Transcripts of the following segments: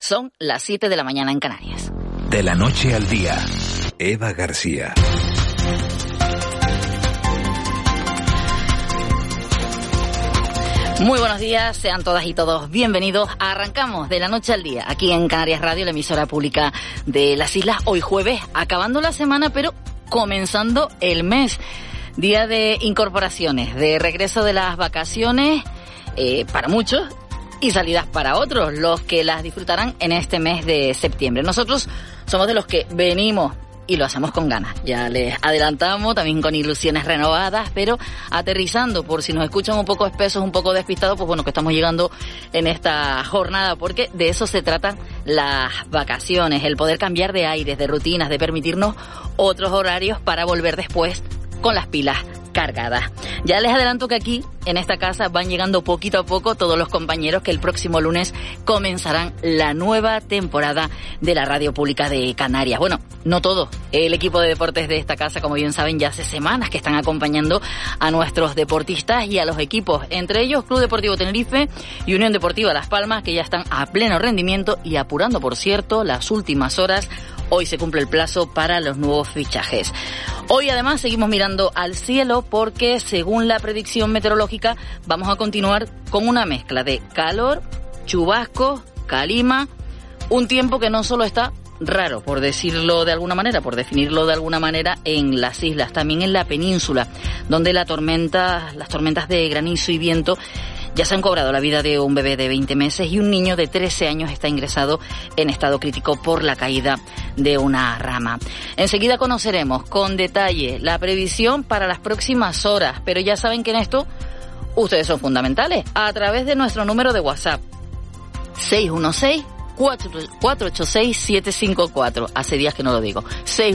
Son las 7 de la mañana en Canarias. De la noche al día, Eva García. Muy buenos días, sean todas y todos bienvenidos. Arrancamos de la noche al día, aquí en Canarias Radio, la emisora pública de las islas. Hoy jueves, acabando la semana, pero comenzando el mes. Día de incorporaciones, de regreso de las vacaciones, para muchos, y salidas para otros, los que las disfrutarán en este mes de septiembre. Nosotros somos de los que venimos y lo hacemos con ganas. Ya les adelantamos, también con ilusiones renovadas, pero aterrizando, por si nos escuchan un poco espesos, un poco despistados, pues bueno, que estamos llegando en esta jornada, porque de eso se tratan las vacaciones, el poder cambiar de aires, de rutinas, de permitirnos otros horarios para volver después con las pilas cargadas. Ya les adelanto que aquí, en esta casa, van llegando poquito a poco todos los compañeros que el próximo lunes comenzarán la nueva temporada de la Radio Pública de Canarias. Bueno, no todo. El equipo de deportes de esta casa, como bien saben, ya hace semanas que están acompañando a nuestros deportistas y a los equipos, entre ellos Club Deportivo Tenerife y Unión Deportiva Las Palmas, que ya están a pleno rendimiento y apurando, por cierto, las últimas horas. Hoy se cumple el plazo para los nuevos fichajes. Hoy además seguimos mirando al cielo porque, según la predicción meteorológica, vamos a continuar con una mezcla de calor, chubascos, calima, un tiempo que no solo está raro, por decirlo de alguna manera, por definirlo de alguna manera, en las islas, también en la península, donde las tormentas de granizo y viento ya se han cobrado la vida de un bebé de 20 meses y un niño de 13 años está ingresado en estado crítico por la caída de una rama. Enseguida conoceremos con detalle la previsión para las próximas horas, pero ya saben que en esto ustedes son fundamentales. A través de nuestro número de WhatsApp, 616-486-754. Hace días que no lo digo.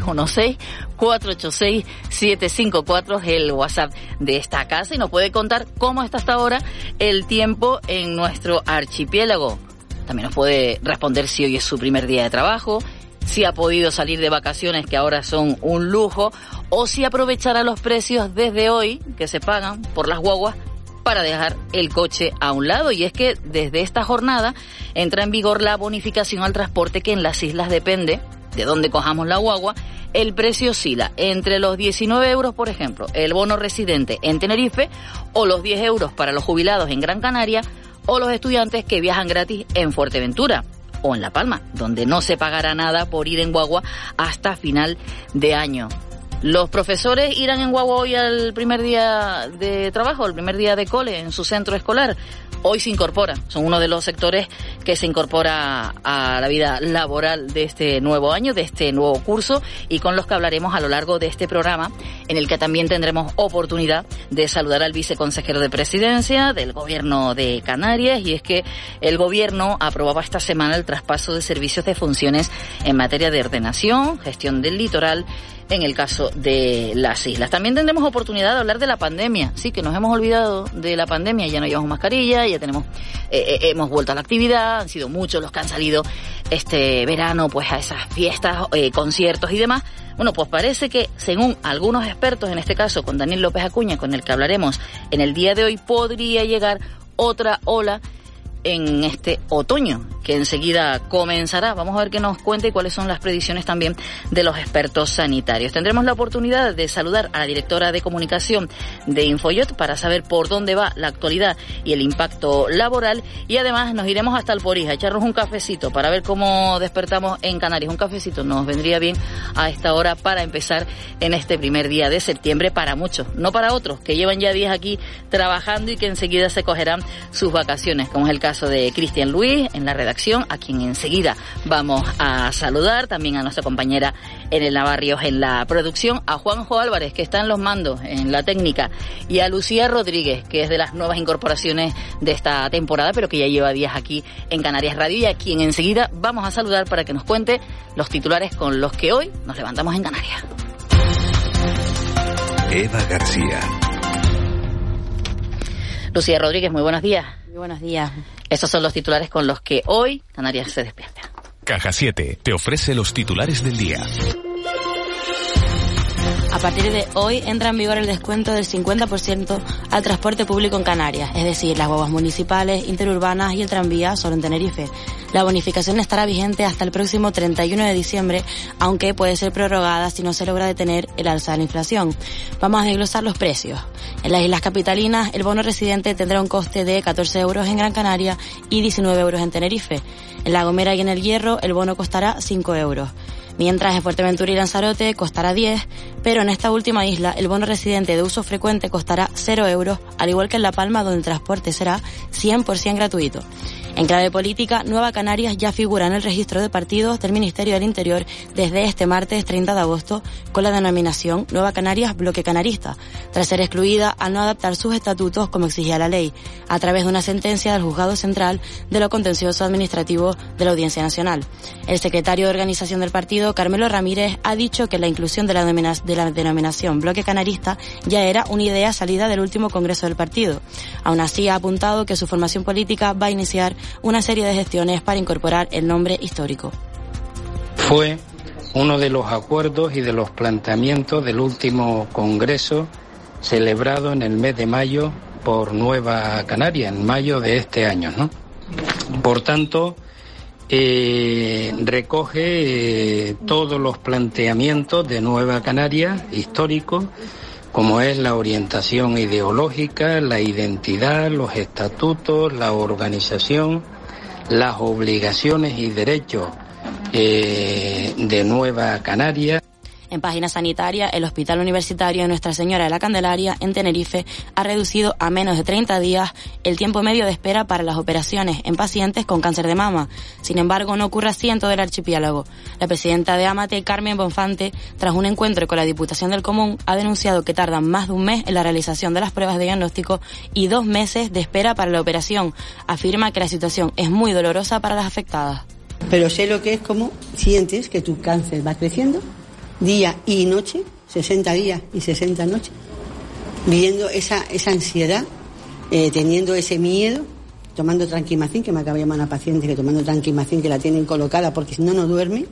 616-486-754 es el WhatsApp de esta casa y nos puede contar cómo está hasta ahora el tiempo en nuestro archipiélago. También nos puede responder si hoy es su primer día de trabajo, si ha podido salir de vacaciones, que ahora son un lujo, o si aprovechará los precios desde hoy que se pagan por las guaguas para dejar el coche a un lado. Y es que desde esta jornada entra en vigor la bonificación al transporte, que en las islas depende de dónde cojamos la guagua. El precio oscila entre los 19 euros, por ejemplo, el bono residente en Tenerife, o los 10 euros para los jubilados en Gran Canaria, o los estudiantes que viajan gratis en Fuerteventura o en La Palma, donde no se pagará nada por ir en guagua hasta final de año. Los profesores irán en guagua hoy al primer día de trabajo, el primer día de cole en su centro escolar. Hoy se incorporan, son uno de los sectores que se incorpora a la vida laboral de este nuevo año, de este nuevo curso, y con los que hablaremos a lo largo de este programa, en el que también tendremos oportunidad de saludar al viceconsejero de Presidencia del Gobierno de Canarias. Y es que el Gobierno aprobaba esta semana el traspaso de servicios de funciones en materia de ordenación, gestión del litoral, en el caso de las islas. También tendremos oportunidad de hablar de la pandemia. Sí, que nos hemos olvidado de la pandemia, ya no llevamos mascarilla, ya hemos vuelto a la actividad, han sido muchos los que han salido este verano pues a esas fiestas, conciertos y demás. Bueno, pues parece que, según algunos expertos, en este caso con Daniel López Acuña, con el que hablaremos en el día de hoy, podría llegar otra ola en este otoño, que enseguida comenzará. Vamos a ver qué nos cuenta y cuáles son las predicciones también de los expertos sanitarios. Tendremos la oportunidad de saludar a la directora de comunicación de Infoyot para saber por dónde va la actualidad y el impacto laboral, y además nos iremos hasta el Porís a echarnos un cafecito para ver cómo despertamos en Canarias. Un cafecito nos vendría bien a esta hora para empezar en este primer día de septiembre para muchos, no para otros que llevan ya días aquí trabajando y que enseguida se cogerán sus vacaciones, como es el caso de Cristian Luis en la redacción, a quien enseguida vamos a saludar, también a nuestra compañera Elena Barrios en la producción, a Juanjo Álvarez, que está en los mandos, en la técnica, y a Lucía Rodríguez, que es de las nuevas incorporaciones de esta temporada, pero que ya lleva días aquí en Canarias Radio, y a quien enseguida vamos a saludar para que nos cuente los titulares con los que hoy nos levantamos en Canarias. Eva García. Lucía Rodríguez, muy buenos días. Muy buenos días. Estos son los titulares con los que hoy Canarias se despierta. Caja 7 te ofrece los titulares del día. A partir de hoy entra en vigor el descuento del 50% al transporte público en Canarias, es decir, las guaguas municipales, interurbanas y el tranvía solo en Tenerife. La bonificación estará vigente hasta el próximo 31 de diciembre, aunque puede ser prorrogada si no se logra detener el alza de la inflación. Vamos a desglosar los precios. En las islas capitalinas, el bono residente tendrá un coste de 14 euros en Gran Canaria y 19 euros en Tenerife. En La Gomera y en El Hierro, el bono costará 5 euros. Mientras en Fuerteventura y Lanzarote costará 10, pero en esta última isla el bono residente de uso frecuente costará 0 euros, al igual que en La Palma, donde el transporte será 100% gratuito. En clave política, Nueva Canarias ya figura en el registro de partidos del Ministerio del Interior desde este martes 30 de agosto con la denominación Nueva Canarias Bloque Canarista, tras ser excluida al no adaptar sus estatutos como exigía la ley, a través de una sentencia del Juzgado Central de lo Contencioso Administrativo de la Audiencia Nacional. El secretario de organización del partido, Carmelo Ramírez, ha dicho que la inclusión de la denominación Bloque Canarista ya era una idea salida del último congreso del partido. Aún así, ha apuntado que su formación política va a iniciar una serie de gestiones para incorporar el nombre histórico. Fue uno de los acuerdos y de los planteamientos del último congreso celebrado en el mes de mayo por Nueva Canaria, en mayo de este año, ¿no? Por tanto, recoge todos los planteamientos de Nueva Canaria históricos, como es la orientación ideológica, la identidad, los estatutos, la organización, las obligaciones y derechos de Nueva Canaria. En página sanitaria, el Hospital Universitario de Nuestra Señora de la Candelaria, en Tenerife, ha reducido a menos de 30 días el tiempo medio de espera para las operaciones en pacientes con cáncer de mama. Sin embargo, no ocurre así en todo el archipiélago. La presidenta de AMATE, Carmen Bonfante, tras un encuentro con la Diputación del Común, ha denunciado que tardan más de un mes en la realización de las pruebas de diagnóstico y 2 meses de espera para la operación. Afirma que la situación es muy dolorosa para las afectadas. Pero sé lo que es, como sientes que tu cáncer va creciendo día y noche, 60 días y 60 noches, viviendo esa ansiedad, teniendo ese miedo, tomando tranquimacin, que me acaba de llamar una paciente que tomando tranquimacin, que la tienen colocada porque si no, no duerme,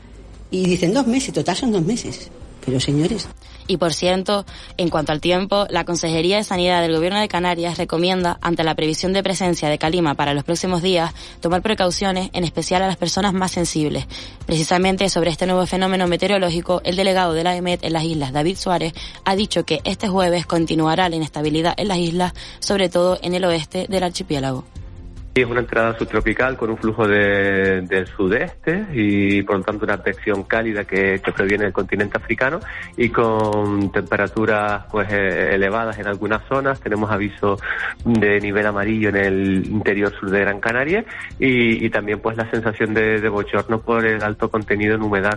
y dicen 2 meses, total son 2 meses, pero señores. Y por cierto, en cuanto al tiempo, la Consejería de Sanidad del Gobierno de Canarias recomienda, ante la previsión de presencia de calima para los próximos días, tomar precauciones, en especial a las personas más sensibles. Precisamente sobre este nuevo fenómeno meteorológico, el delegado de la EMET en las islas, David Suárez, ha dicho que este jueves continuará la inestabilidad en las islas, sobre todo en el oeste del archipiélago. Es una entrada subtropical con un flujo del sudeste y por lo tanto una advección cálida que proviene del continente africano y con temperaturas elevadas en algunas zonas. Tenemos aviso de nivel amarillo en el interior sur de Gran Canaria y también pues la sensación de bochorno por el alto contenido en humedad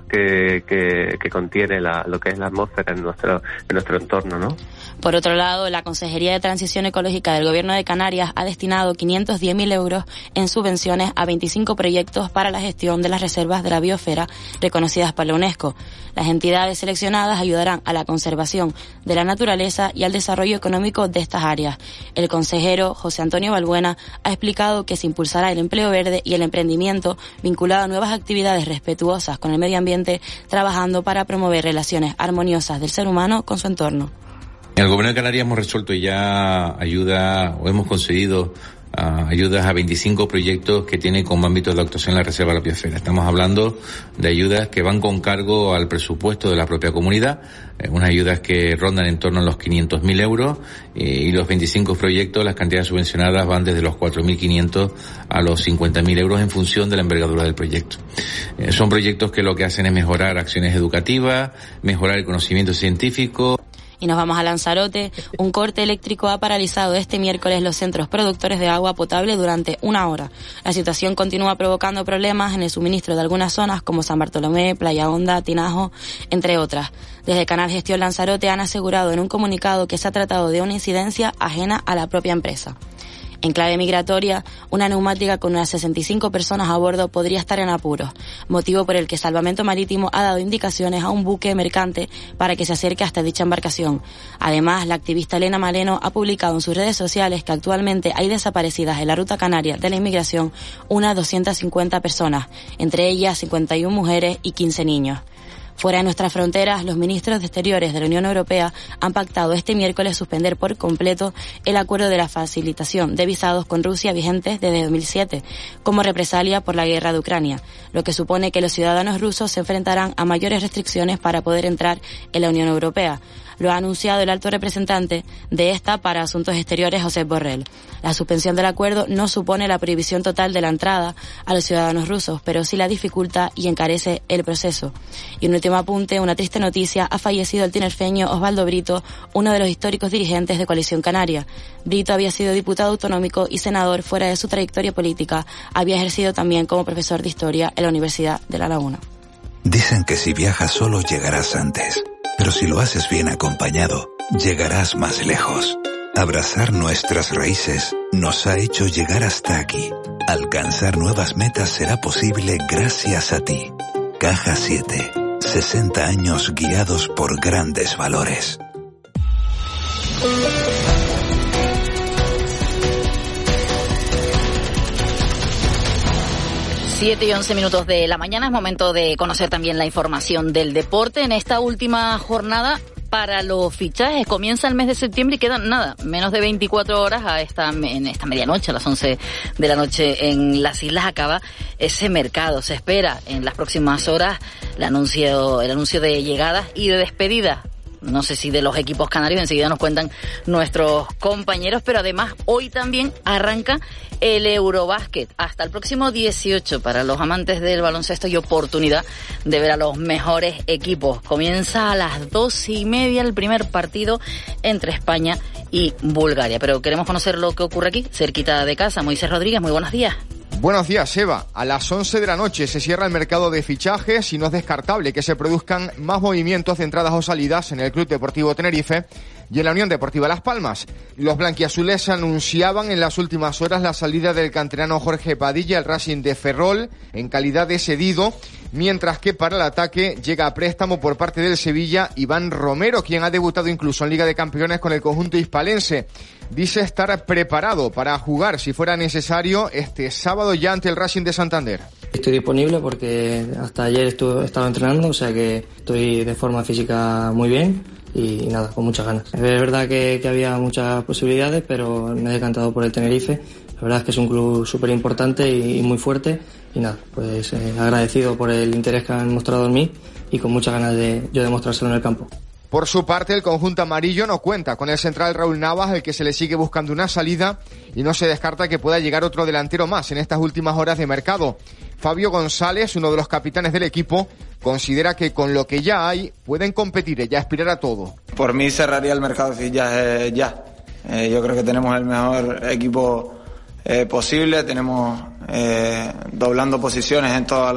que contiene lo que es la atmósfera en nuestro entorno, ¿no? Por otro lado, la Consejería de Transición Ecológica del Gobierno de Canarias ha destinado 510.000 euros en subvenciones a 25 proyectos para la gestión de las reservas de la biosfera reconocidas por la UNESCO. Las entidades seleccionadas ayudarán a la conservación de la naturaleza y al desarrollo económico de estas áreas. El consejero José Antonio Balbuena ha explicado que se impulsará el empleo verde y el emprendimiento vinculado a nuevas actividades respetuosas con el medio ambiente, trabajando para promover relaciones armoniosas del ser humano con su entorno. En el Gobierno de Canarias hemos resuelto ya hemos concedido ayudas a 25 proyectos que tienen como ámbito de actuación la Reserva de la Biosfera. Estamos hablando de ayudas que van con cargo al presupuesto de la propia comunidad, unas ayudas que rondan en torno a los 500.000 euros y los 25 proyectos, las cantidades subvencionadas van desde los 4.500 a los 50.000 euros en función de la envergadura del proyecto. Son proyectos que lo que hacen es mejorar acciones educativas, mejorar el conocimiento científico. Y nos vamos a Lanzarote. Un corte eléctrico ha paralizado este miércoles los centros productores de agua potable durante 1 hora. La situación continúa provocando problemas en el suministro de algunas zonas como San Bartolomé, Playa Honda, Tinajo, entre otras. Desde Canal Gestión Lanzarote han asegurado en un comunicado que se ha tratado de una incidencia ajena a la propia empresa. En clave migratoria, una neumática con unas 65 personas a bordo podría estar en apuros, motivo por el que Salvamento Marítimo ha dado indicaciones a un buque mercante para que se acerque hasta dicha embarcación. Además, la activista Elena Maleno ha publicado en sus redes sociales que actualmente hay desaparecidas en la ruta canaria de la inmigración unas 250 personas, entre ellas 51 mujeres y 15 niños. Fuera de nuestras fronteras, los ministros de Exteriores de la Unión Europea han pactado este miércoles suspender por completo el acuerdo de la facilitación de visados con Rusia vigentes desde 2007, como represalia por la guerra de Ucrania, lo que supone que los ciudadanos rusos se enfrentarán a mayores restricciones para poder entrar en la Unión Europea. Lo ha anunciado el alto representante de esta para Asuntos Exteriores, Josep Borrell. La suspensión del acuerdo no supone la prohibición total de la entrada a los ciudadanos rusos, pero sí la dificulta y encarece el proceso. Y un último apunte, una triste noticia: ha fallecido el tinerfeño Osvaldo Brito, uno de los históricos dirigentes de Coalición Canaria. Brito había sido diputado autonómico y senador. Fuera de su trayectoria política, había ejercido también como profesor de Historia en la Universidad de La Laguna. Dicen que si viajas solo llegarás antes, pero si lo haces bien acompañado, llegarás más lejos. Abrazar nuestras raíces nos ha hecho llegar hasta aquí. Alcanzar nuevas metas será posible gracias a ti. Caja 7. 60 años guiados por grandes valores. 7 y 11 minutos de la mañana, es momento de conocer también la información del deporte. En esta última jornada para los fichajes comienza el mes de septiembre y quedan menos de 24 horas en esta medianoche, a las 11 de la noche en las Islas acaba ese mercado. Se espera en las próximas horas el anuncio de llegadas y de despedidas. No sé si de los equipos canarios, enseguida nos cuentan nuestros compañeros, pero además hoy también arranca el Eurobásquet. Hasta el próximo 18 para los amantes del baloncesto y oportunidad de ver a los mejores equipos. Comienza a las 12:30 el primer partido entre España y Bulgaria. Pero queremos conocer lo que ocurre aquí, cerquita de casa. Moisés Rodríguez, muy buenos días. Buenos días, Eva. A las 11 de la noche se cierra el mercado de fichajes y no es descartable que se produzcan más movimientos de entradas o salidas en el Club Deportivo Tenerife y en la Unión Deportiva Las Palmas. Los blanquiazules anunciaban en las últimas horas la salida del canterano Jorge Padilla al Racing de Ferrol en calidad de cedido, mientras que para el ataque llega a préstamo por parte del Sevilla Iván Romero, quien ha debutado incluso en Liga de Campeones con el conjunto hispalense. Dice estar preparado para jugar, si fuera necesario, este sábado ya ante el Racing de Santander. Estoy disponible porque hasta ayer he estado entrenando, o sea que estoy de forma física muy bien y nada, con muchas ganas. Es verdad que había muchas posibilidades, pero me he decantado por el Tenerife. La verdad es que es un club súper importante y muy fuerte y nada, pues agradecido por el interés que han mostrado en mí y con muchas ganas de yo demostrárselo en el campo. Por su parte, el conjunto amarillo no cuenta con el central Raúl Navas, al que se le sigue buscando una salida, y no se descarta que pueda llegar otro delantero más en estas últimas horas de mercado. Fabio González, uno de los capitanes del equipo, considera que con lo que ya hay pueden competir y aspirar a todo. Por mí cerraría el mercado de fichajes ya. Yo creo que tenemos el mejor equipo posible, tenemos doblando posiciones en todas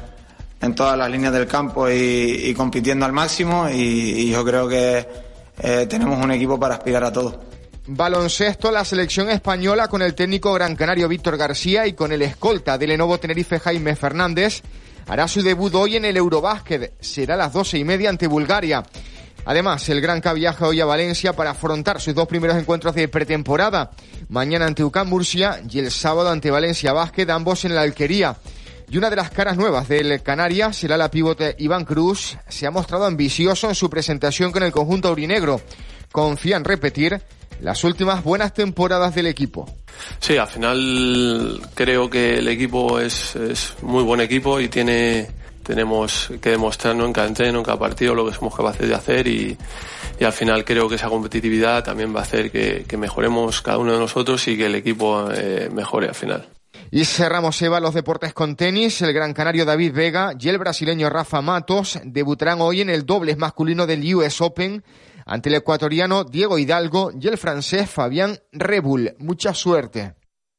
las líneas del campo y compitiendo al máximo y yo creo que tenemos un equipo para aspirar a todo. Baloncesto, la selección española con el técnico gran canario Víctor García y con el escolta del Lenovo Tenerife Jaime Fernández hará su debut hoy en el Eurobásquet. Será a las 12:30 ante Bulgaria. Además, el Granca viaja hoy a Valencia para afrontar sus dos primeros encuentros de pretemporada. Mañana ante UCAM Murcia y el sábado ante Valencia Básquet, ambos en la Alquería. Y una de las caras nuevas del Canarias será la pivote Iván Cruz. Se ha mostrado ambicioso en su presentación con el conjunto aurinegro. Confía en repetir las últimas buenas temporadas del equipo. Sí, al final creo que el equipo es muy buen equipo y tenemos que demostrarnos en cada entreno, en cada partido, lo que somos capaces de hacer y al final creo que esa competitividad también va a hacer que mejoremos cada uno de nosotros y que el equipo mejore al final. Y cerramos, Eva, los deportes con tenis. El gran canario David Vega y el brasileño Rafa Matos debutarán hoy en el dobles masculino del US Open ante el ecuatoriano Diego Hidalgo y el francés Fabián Rebull. Mucha suerte.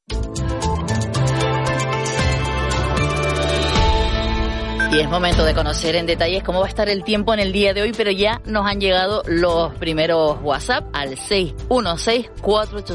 Y es momento de conocer en detalles cómo va a estar el tiempo en el día de hoy, pero ya nos han llegado los primeros WhatsApp al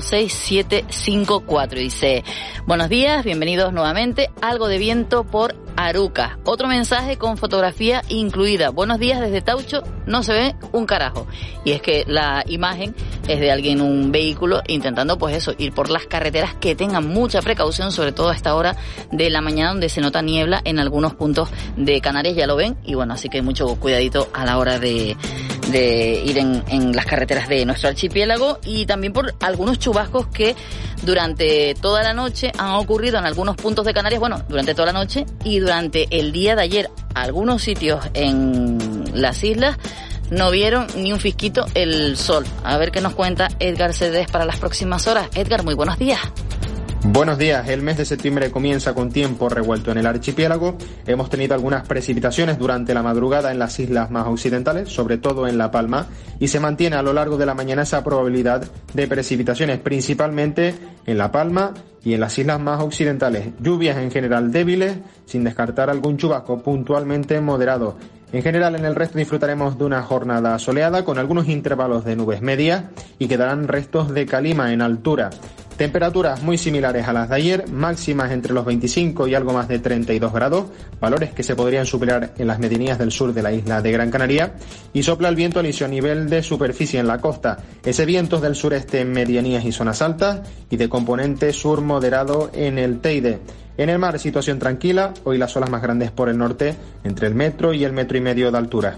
616-486-754. Dice, buenos días, bienvenidos nuevamente, algo de viento por Aruca. Otro mensaje con fotografía incluida. Buenos días desde Taucho, no se ve un carajo. Y es que la imagen es de alguien en un vehículo intentando pues eso, ir por las carreteras, que tengan mucha precaución, sobre todo a esta hora de la mañana donde se nota niebla en algunos puntos de Canarias, ya lo ven, y bueno, así que mucho cuidadito a la hora de ir en las carreteras de nuestro archipiélago, y también por algunos chubascos que durante toda la noche han ocurrido en algunos puntos de Canarias, bueno, durante toda la noche y durante el día de ayer. Algunos sitios en las islas no vieron ni un fisquito el sol. A ver qué nos cuenta Edgar Cedés para las próximas horas. Edgar, muy buenos días. Buenos días. El mes de septiembre comienza con tiempo revuelto en el archipiélago. Hemos tenido algunas precipitaciones durante la madrugada en las islas más occidentales, sobre todo en La Palma, y se mantiene a lo largo de la mañana esa probabilidad de precipitaciones, principalmente en La Palma y en las islas más occidentales. Lluvias en general débiles, sin descartar algún chubasco puntualmente moderado. En general, en el resto disfrutaremos de una jornada soleada con algunos intervalos de nubes medias y quedarán restos de calima en altura. Temperaturas muy similares a las de ayer, máximas entre los 25 y algo más de 32 grados, valores que se podrían superar en las medianías del sur de la isla de Gran Canaria, y sopla el viento alisio a nivel de superficie en la costa. Ese viento es del sureste en medianías y zonas altas y de componente sur moderado en el Teide. En el mar, situación tranquila, hoy las olas más grandes por el norte, entre el metro y el metro y medio de altura.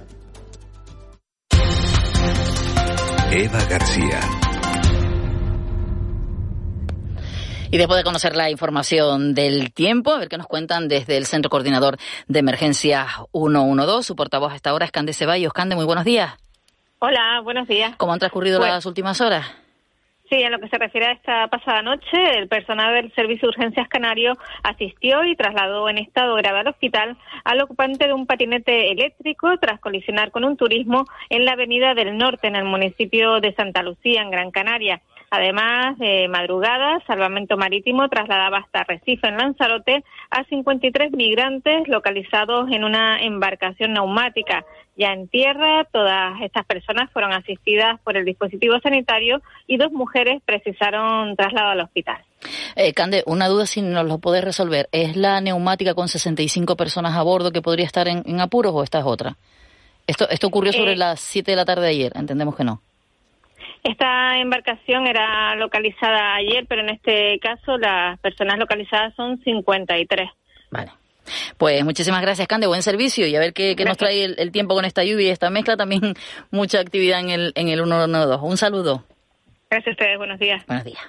Eva García. Y después de conocer la información del tiempo, a ver qué nos cuentan desde el Centro Coordinador de Emergencias 112. Su portavoz a esta hora es Cande Ceballos. Cande, muy buenos días. Hola, buenos días. ¿Cómo han transcurrido las últimas horas? Sí, en lo que se refiere a esta pasada noche, el personal del Servicio de Urgencias Canario asistió y trasladó en estado grave al hospital al ocupante de un patinete eléctrico tras colisionar con un turismo en la Avenida del Norte, en el municipio de Santa Lucía, en Gran Canaria. Además, de madrugada, Salvamento Marítimo trasladaba hasta Recife, en Lanzarote, a 53 migrantes localizados en una embarcación neumática. Ya en tierra, todas estas personas fueron asistidas por el dispositivo sanitario y 2 mujeres precisaron traslado al hospital. Cande, una duda si nos lo puedes resolver. ¿Es la neumática con 65 personas a bordo que podría estar en apuros o esta es otra? Esto ocurrió sobre las 7 de la tarde de ayer, entendemos que no. Esta embarcación era localizada ayer, pero en este caso las personas localizadas son 53. Vale. Pues muchísimas gracias, Cande, buen servicio, y a ver qué nos trae el tiempo con esta lluvia y esta mezcla. También mucha actividad en el 112. Un saludo. Gracias a ustedes, buenos días. Buenos días.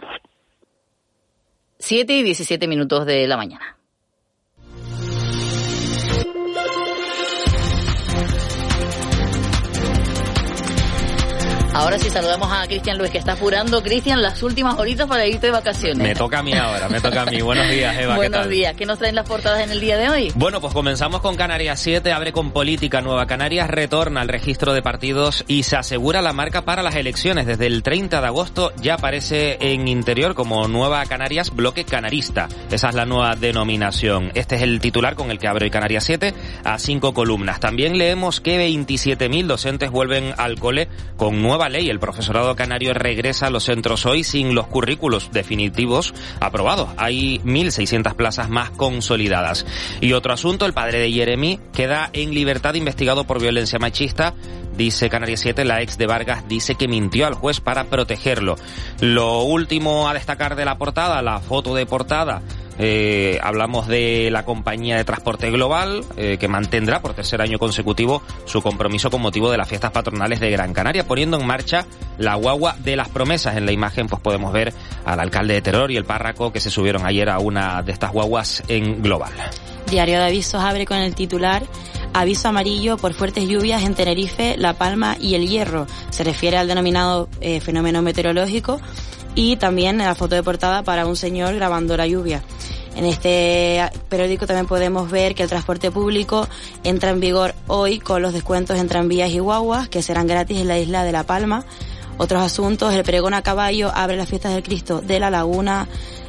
7:17 de la mañana. Ahora sí saludamos a Cristian Luis, que está apurando. Cristian, las últimas horitas para irte de vacaciones. Me toca a mí ahora, me toca a mí. Buenos días, Eva. Buenos días. ¿Qué nos traen las portadas en el día de hoy? Bueno, pues comenzamos con Canarias 7, abre con política. Nueva Canarias retorna al registro de partidos y se asegura la marca para las elecciones. Desde el 30 de agosto ya aparece en Interior como Nueva Canarias Bloque Canarista. Esa es la nueva denominación. Este es el titular con el que abre hoy Canarias 7 a 5 columnas. También leemos que 27.000 docentes vuelven al cole con nueva ley. El profesorado canario regresa a los centros hoy sin los currículos definitivos aprobados. Hay 1.600 plazas más consolidadas. Y otro asunto, el padre de Jeremy queda en libertad investigado por violencia machista. Dice Canarias 7, la ex de Vargas dice que mintió al juez para protegerlo. Lo último a destacar de la portada, la foto de portada. Hablamos de la compañía de transporte global que mantendrá por tercer año consecutivo su compromiso con motivo de las fiestas patronales de Gran Canaria, poniendo en marcha la guagua de las promesas. En la imagen pues podemos ver al alcalde de Terror y el párroco que se subieron ayer a una de estas guaguas en Global. Diario de Avisos abre con el titular: aviso amarillo por fuertes lluvias en Tenerife, La Palma y El Hierro. Se refiere al denominado fenómeno meteorológico. Y también la foto de portada para un señor grabando la lluvia. En este periódico también podemos ver que el transporte público entra en vigor hoy con los descuentos en tranvías y guaguas, que serán gratis en la isla de La Palma. Otros asuntos: el pregón a caballo abre las fiestas del Cristo de la Laguna.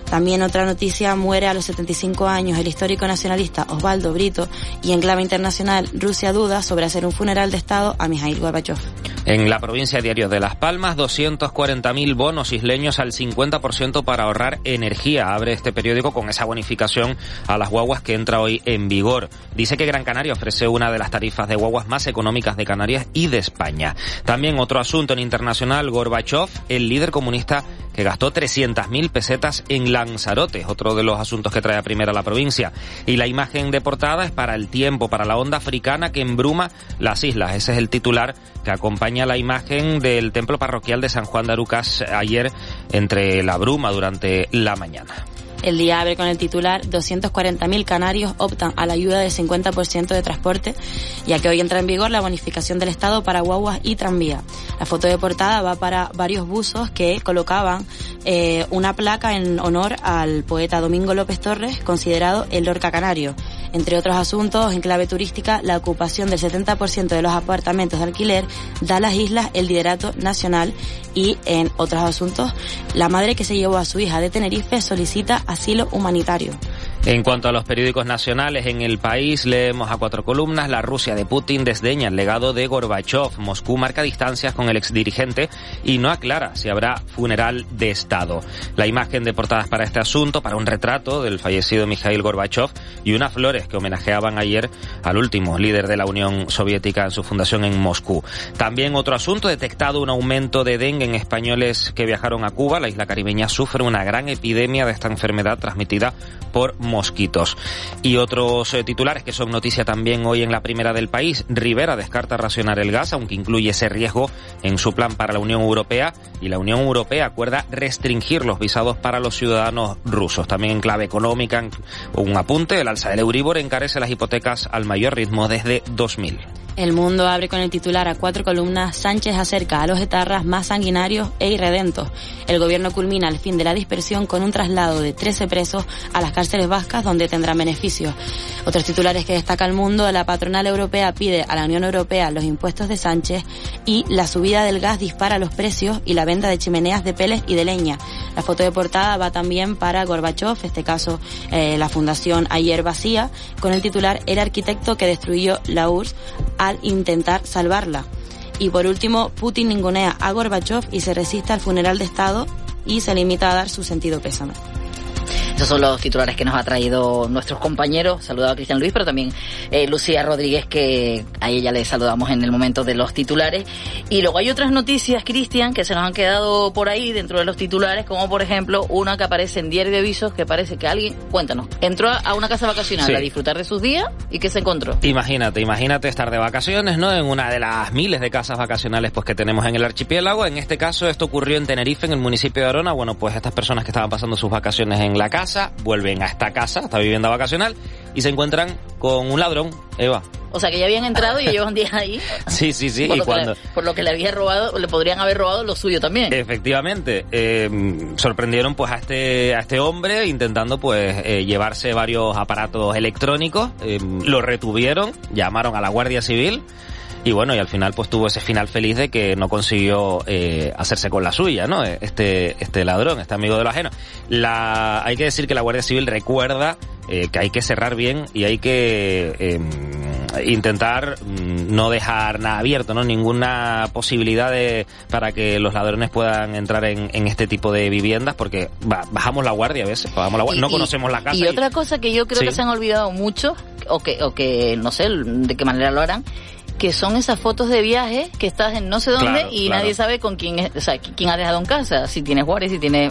También otra noticia, muere a los 75 años el histórico nacionalista Osvaldo Brito, y en clave internacional, Rusia duda sobre hacer un funeral de Estado a Mikhail Gorbachev. En la provincia de Diario de Las Palmas, 240.000 bonos isleños al 50% para ahorrar energía. Abre este periódico con esa bonificación a las guaguas que entra hoy en vigor. Dice que Gran Canaria ofrece una de las tarifas de guaguas más económicas de Canarias y de España. También otro asunto en internacional, Gorbachev, el líder comunista que gastó 300.000 pesetas en Lanzarote, otro de los asuntos que trae a primera la provincia. Y la imagen de portada es para El Tiempo, para la onda africana que embruma las islas. Ese es el titular que acompaña la imagen del templo parroquial de San Juan de Arucas ayer entre la bruma durante la mañana. El día abre con el titular: 240.000 canarios optan a la ayuda del 50% de transporte, ya que hoy entra en vigor la bonificación del Estado para guaguas y tranvía. La foto de portada va para varios buzos que colocaban una placa en honor al poeta Domingo López Torres, considerado el Lorca canario. Entre otros asuntos, en clave turística, la ocupación del 70% de los apartamentos de alquiler da a las islas el liderato nacional. Y en otros asuntos, la madre que se llevó a su hija de Tenerife solicita asilo humanitario. En cuanto a los periódicos nacionales, en El País leemos a 4 columnas: la Rusia de Putin desdeña el legado de Gorbachev, Moscú marca distancias con el exdirigente y no aclara si habrá funeral de Estado. La imagen de portadas para este asunto, para un retrato del fallecido Mikhail Gorbachev y unas flores que homenajeaban ayer al último líder de la Unión Soviética en su fundación en Moscú. También otro asunto, detectado un aumento de dengue en españoles que viajaron a Cuba. La isla caribeña sufre una gran epidemia de esta enfermedad transmitida por mosquitos. Y otros titulares que son noticia también hoy en la primera del País: Rivera descarta racionar el gas, aunque incluye ese riesgo en su plan para la Unión Europea, y la Unión Europea acuerda restringir los visados para los ciudadanos rusos. También en clave económica, un apunte: el alza del Euribor encarece las hipotecas al mayor ritmo desde 2000. El Mundo abre con el titular a 4 columnas: Sánchez acerca a los etarras más sanguinarios e irredentos. El gobierno culmina el fin de la dispersión con un traslado de 13 presos a las cárceles vascas, donde tendrán beneficios. Otros titulares que destaca El Mundo: la patronal europea pide a la Unión Europea los impuestos de Sánchez, y la subida del gas dispara los precios y la venta de chimeneas de peles y de leña. La foto de portada va también para Gorbachev, este caso la fundación ayer vacía, con el titular: el arquitecto que destruyó la URSS al intentar salvarla. Y por último, Putin ningunea a Gorbachev y se resiste al funeral de Estado y se limita a dar su sentido pésame. Esos son los titulares que nos ha traído nuestros compañeros. Saludaba a Cristian Luis, pero también Lucía Rodríguez, que a ella le saludamos en el momento de los titulares. Y luego hay otras noticias, Cristian, que se nos han quedado por ahí dentro de los titulares, como por ejemplo una que aparece en Diario de Avisos, que parece que alguien, cuéntanos, entró a una casa vacacional a disfrutar de sus días, ¿y qué se encontró? Imagínate estar de vacaciones, ¿no?, en una de las miles de casas vacacionales pues que tenemos en el archipiélago. En este caso esto ocurrió en Tenerife, en el municipio de Arona. Bueno, pues estas personas que estaban pasando sus vacaciones en la casa vuelven a esta casa, a esta vivienda vacacional, y se encuentran con un ladrón, Eva. O sea, que ya habían entrado y llevan días ahí. Sí. Por lo que le había robado, le podrían haber robado lo suyo también. Efectivamente. Sorprendieron pues a este hombre intentando pues llevarse varios aparatos electrónicos. Lo retuvieron, llamaron a la Guardia Civil. Y bueno, y al final pues tuvo ese final feliz de que no consiguió hacerse con la suya, ¿no? Este ladrón, este amigo de lo ajeno. Hay que decir que la Guardia Civil recuerda que hay que cerrar bien y hay que intentar no dejar nada abierto, ¿no? Ninguna posibilidad para que los ladrones puedan entrar en este tipo de viviendas, porque bajamos la guardia a veces, no conocemos la casa. Y otra cosa que yo creo que se han olvidado mucho, o que no sé de qué manera lo harán, que son esas fotos de viaje que estás en no sé dónde nadie sabe con quién es, o sea, quién ha dejado en casa, si tienes guardia, si tienes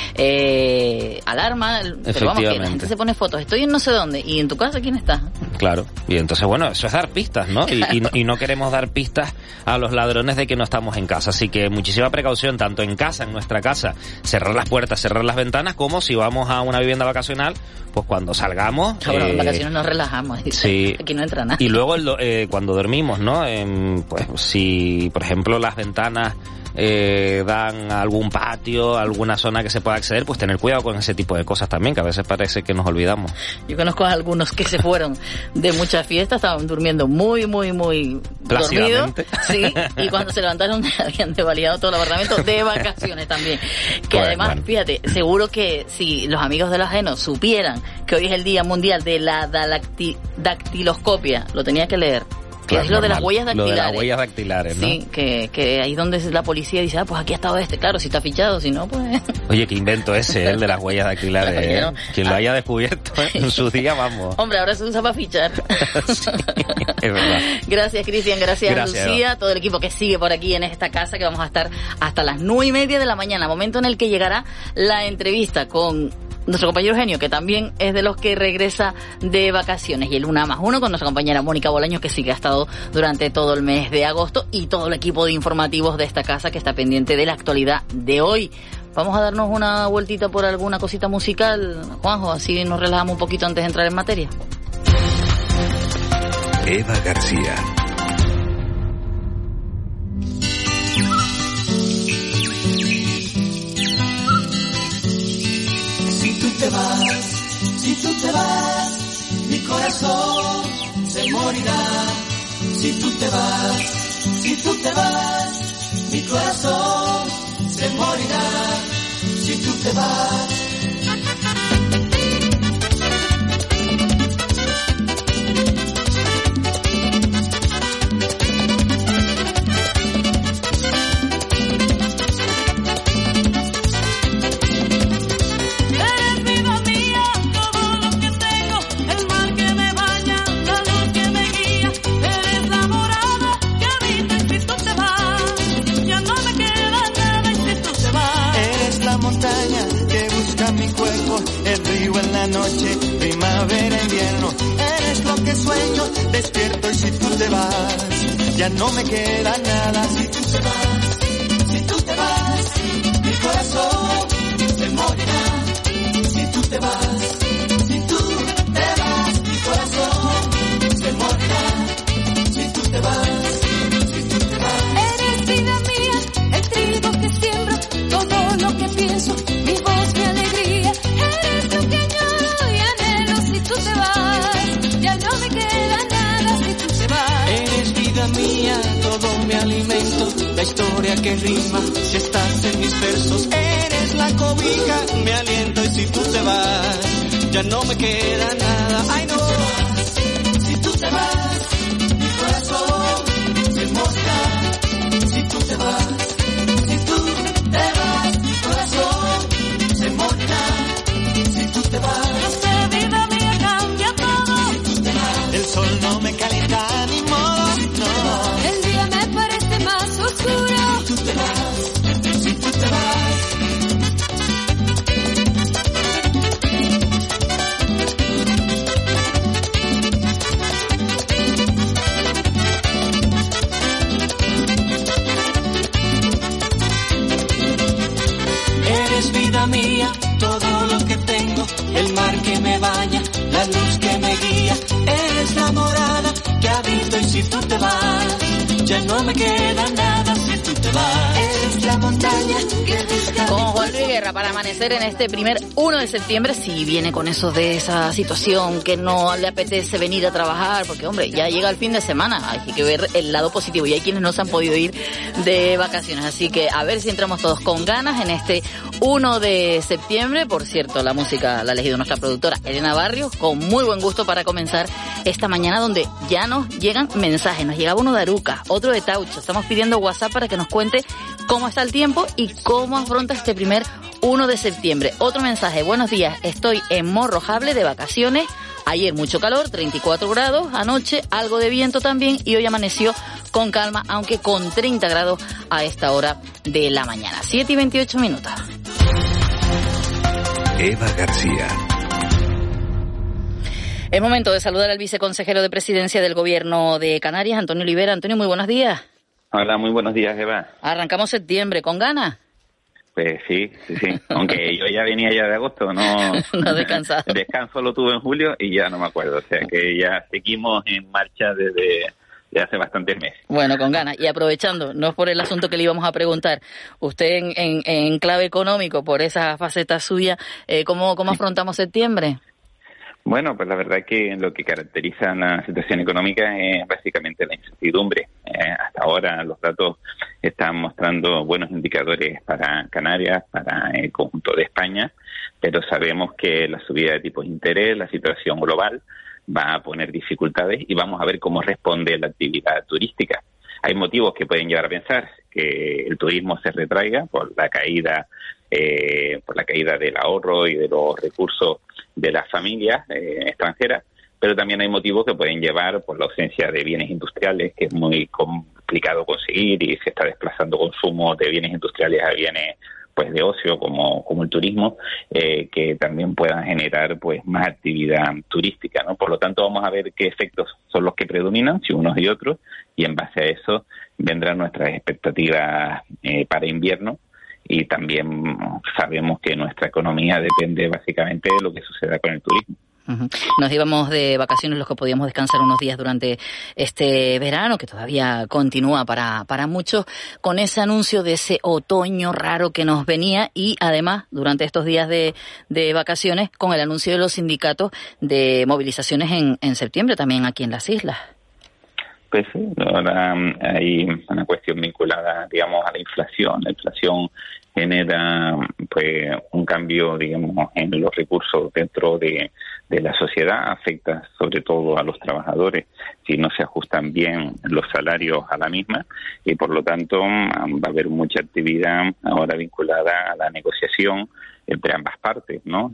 alarma, pero vamos, que la gente se pone fotos, estoy en no sé dónde, y en tu casa ¿quién está? Claro, y entonces bueno, eso es dar pistas, ¿no? Claro. Y no queremos dar pistas a los ladrones de que no estamos en casa, así que muchísima precaución, tanto en casa, en nuestra casa, cerrar las puertas, cerrar las ventanas, como si vamos a una vivienda vacacional, pues cuando salgamos... Claro, en vacaciones nos relajamos, sí, aquí no entra nada. Y luego cuando dormimos, ¿no? Pues si, por ejemplo, las ventanas dan algún patio, alguna zona que se pueda acceder, pues tener cuidado con ese tipo de cosas también, que a veces parece que nos olvidamos. Yo conozco a algunos que se fueron de muchas fiestas, estaban durmiendo muy dormidos, sí, y cuando se levantaron habían desvalidado todo el apartamento de vacaciones también. Que además, fíjate, seguro que si los amigos de los ajenos supieran que hoy es el Día Mundial de la dactiloscopia, lo tenía que leer. Que es lo de las huellas dactilares. Lo de las huellas dactilares, ¿no? Sí, que ahí donde la policía dice, pues aquí ha estado este. Claro, si está fichado, si no, pues... Oye, qué invento ese, el de las huellas dactilares, ¿eh? Quien lo haya descubierto en su día, vamos. Hombre, ahora se usa para fichar. Sí, es verdad. Gracias, Cristian, gracias Lucía, todo el equipo que sigue por aquí en esta casa, que vamos a estar hasta las 9:30 de la mañana, momento en el que llegará la entrevista con nuestro compañero Eugenio, que también es de los que regresa de vacaciones, y el 1+1 con nuestra compañera Mónica Bolaños, que sí que ha estado durante todo el mes de agosto, y todo el equipo de informativos de esta casa que está pendiente de la actualidad de hoy. Vamos a darnos una vueltita por alguna cosita musical, Juanjo, así nos relajamos un poquito antes de entrar en materia. Eva García. Si tú te vas, mi corazón se morirá. Si tú te vas, mi corazón se morirá. Si tú te vas. Noche, primavera, invierno, eres lo que sueño, despierto y si tú te vas, ya no me queda nada. Si tú te vas, mi corazón se morirá. Si tú te vas, mi corazón se morirá. Si tú te vas, eres vida mía, el trigo que siembro, todo lo que pienso, mi voz, mi alegría, eres lo que mía, todo mi alimento, la historia que rima, si estás en mis versos, eres la cobija, mi aliento, y si tú te vas, ya no me queda nada. Ay no, si tú te vas, mi corazón se morirá. Si tú te vas, mi corazón se morirá. Si tú te vas, no sé, vida mía, cambia todo. Si tú te vas, el sol no me calienta ni modo. El día me parece más oscuro. Si tú te vas, si tú te vas. Eres vida mía, todo lo que tengo, el mar que me baña, la luz que me guía, eres la morada que habito y si tú te vas, ya no me queda nada. Si tú te vas, eres la montaña que busca. Con Juan Luis Guerra para amanecer en este primer 1 de septiembre, si viene con eso de esa situación que no le apetece venir a trabajar, porque hombre, ya llega el fin de semana, hay que ver el lado positivo y hay quienes no se han podido ir de vacaciones, así que a ver si entramos todos con ganas en este 1 de septiembre. Por cierto, la música la ha elegido nuestra productora Elena Barrios, con muy buen gusto para comenzar esta mañana, donde ya nos llegan mensajes. Nos llegaba uno de Aruca, otro de Taucho. Estamos pidiendo WhatsApp para que nos cuente cómo está el tiempo y cómo afronta este primer 1 de septiembre. Otro mensaje: buenos días, estoy en Morrojable de vacaciones. Ayer mucho calor, 34 grados, anoche algo de viento también y hoy amaneció con calma, aunque con 30 grados a esta hora de la mañana. 7:28 minutos. Eva García. Es momento de saludar al viceconsejero de Presidencia del Gobierno de Canarias, Antonio Olivera. Antonio, muy buenos días. Hola, muy buenos días, Eva. Arrancamos septiembre, ¿con ganas? Pues sí. Aunque yo ya venía ya de agosto, no descansado. Descanso lo tuve en julio y ya no me acuerdo. O sea que ya seguimos en marcha desde hace bastantes meses. Bueno, con ganas. Y aprovechando, no es por el asunto que le íbamos a preguntar, usted en clave económico, por esa faceta suya, ¿cómo afrontamos septiembre? Bueno, pues la verdad es que lo que caracteriza la situación económica es básicamente la incertidumbre. Hasta ahora los datos están mostrando buenos indicadores para Canarias, para el conjunto de España, pero sabemos que la subida de tipos de interés, la situación global, va a poner dificultades y vamos a ver cómo responde la actividad turística. Hay motivos que pueden llevar a pensar que el turismo se retraiga por la caída del ahorro y de los recursos de las familias extranjeras, pero también hay motivos que pueden llevar por la ausencia de bienes industriales, que es muy complicado conseguir y se está desplazando consumo de bienes industriales a bienes pues de ocio como el turismo, que también puedan generar pues más actividad turística, ¿no? Por lo tanto, vamos a ver qué efectos son los que predominan, si unos y otros, y en base a eso vendrán nuestras expectativas para invierno. Y también sabemos que nuestra economía depende básicamente de lo que suceda con el turismo. Uh-huh. Nos íbamos de vacaciones los que podíamos descansar unos días durante este verano, que todavía continúa para muchos, con ese anuncio de ese otoño raro que nos venía y además durante estos días de vacaciones con el anuncio de los sindicatos de movilizaciones en septiembre también aquí en las islas. Pues sí, ahora hay una cuestión vinculada, digamos, a la inflación. La inflación genera pues un cambio, digamos, en los recursos dentro de la sociedad, afecta sobre todo a los trabajadores si no se ajustan bien los salarios a la misma y por lo tanto va a haber mucha actividad ahora vinculada a la negociación entre ambas partes, ¿no?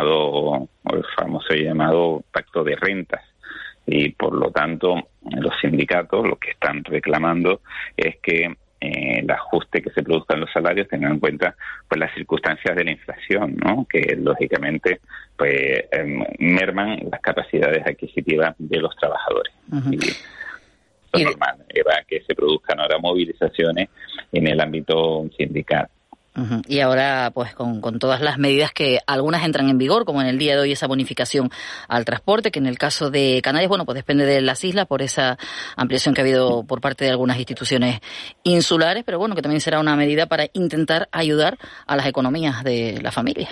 El famoso llamado pacto de rentas. Y por lo tanto los sindicatos lo que están reclamando es que el ajuste que se produzca en los salarios tenga en cuenta pues las circunstancias de la inflación, ¿no? Que lógicamente pues merman las capacidades adquisitivas de los trabajadores. Uh-huh. Y es normal, que se produzcan ahora movilizaciones en el ámbito sindical. Uh-huh. Y ahora, pues, con todas las medidas que algunas entran en vigor, como en el día de hoy esa bonificación al transporte, que en el caso de Canarias, bueno, pues depende de las islas por esa ampliación que ha habido por parte de algunas instituciones insulares, pero bueno, que también será una medida para intentar ayudar a las economías de la familia.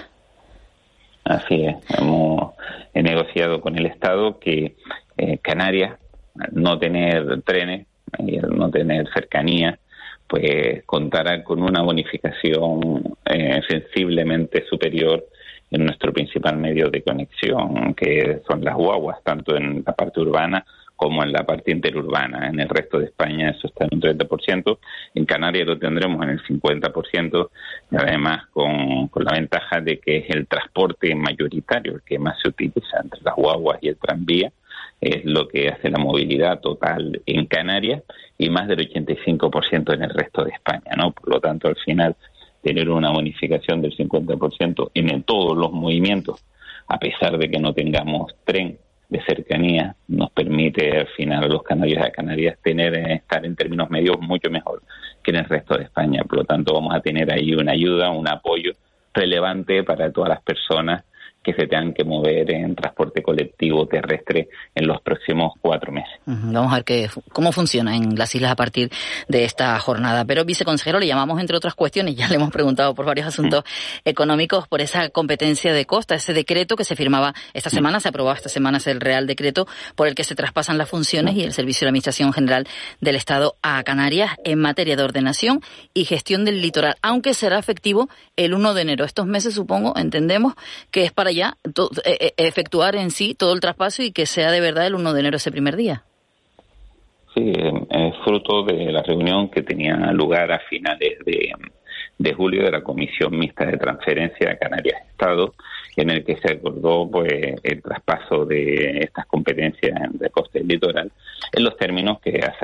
Así es, he negociado con el Estado que Canarias, al no tener trenes y al no tener cercanía, pues contará con una bonificación sensiblemente superior en nuestro principal medio de conexión, que son las guaguas, tanto en la parte urbana como en la parte interurbana. En el resto de España eso está en un 30%, en Canarias lo tendremos en el 50%, y además con la ventaja de que es el transporte mayoritario, el que más se utiliza entre las guaguas y el tranvía, es lo que hace la movilidad total en Canarias y más del 85% en el resto de España, ¿no? Por lo tanto, al final, tener una bonificación del 50% en todos los movimientos, a pesar de que no tengamos tren de cercanía, nos permite al final a los canarios y a Canarias estar en términos medios mucho mejor que en el resto de España. Por lo tanto, vamos a tener ahí una ayuda, un apoyo relevante para todas las personas que se tengan que mover en transporte colectivo terrestre en los próximos 4 meses. Vamos a ver cómo funciona en las islas a partir de esta jornada. Pero, viceconsejero, le llamamos, entre otras cuestiones, ya le hemos preguntado por varios asuntos económicos, por esa competencia de costa, ese decreto que se firmaba esta semana, se aprobaba esta semana, es el Real Decreto por el que se traspasan las funciones y el Servicio de la Administración General del Estado a Canarias en materia de ordenación y gestión del litoral, aunque será efectivo el 1 de enero. Estos meses, supongo, entendemos que es para ya efectuar en sí todo el traspaso y que sea de verdad el 1 de enero ese primer día. Sí, es fruto de la reunión que tenía lugar a finales de julio de la Comisión Mixta de Transferencia de Canarias-Estado, en el que se acordó pues el traspaso de estas competencias de costa y litoral en los términos que ha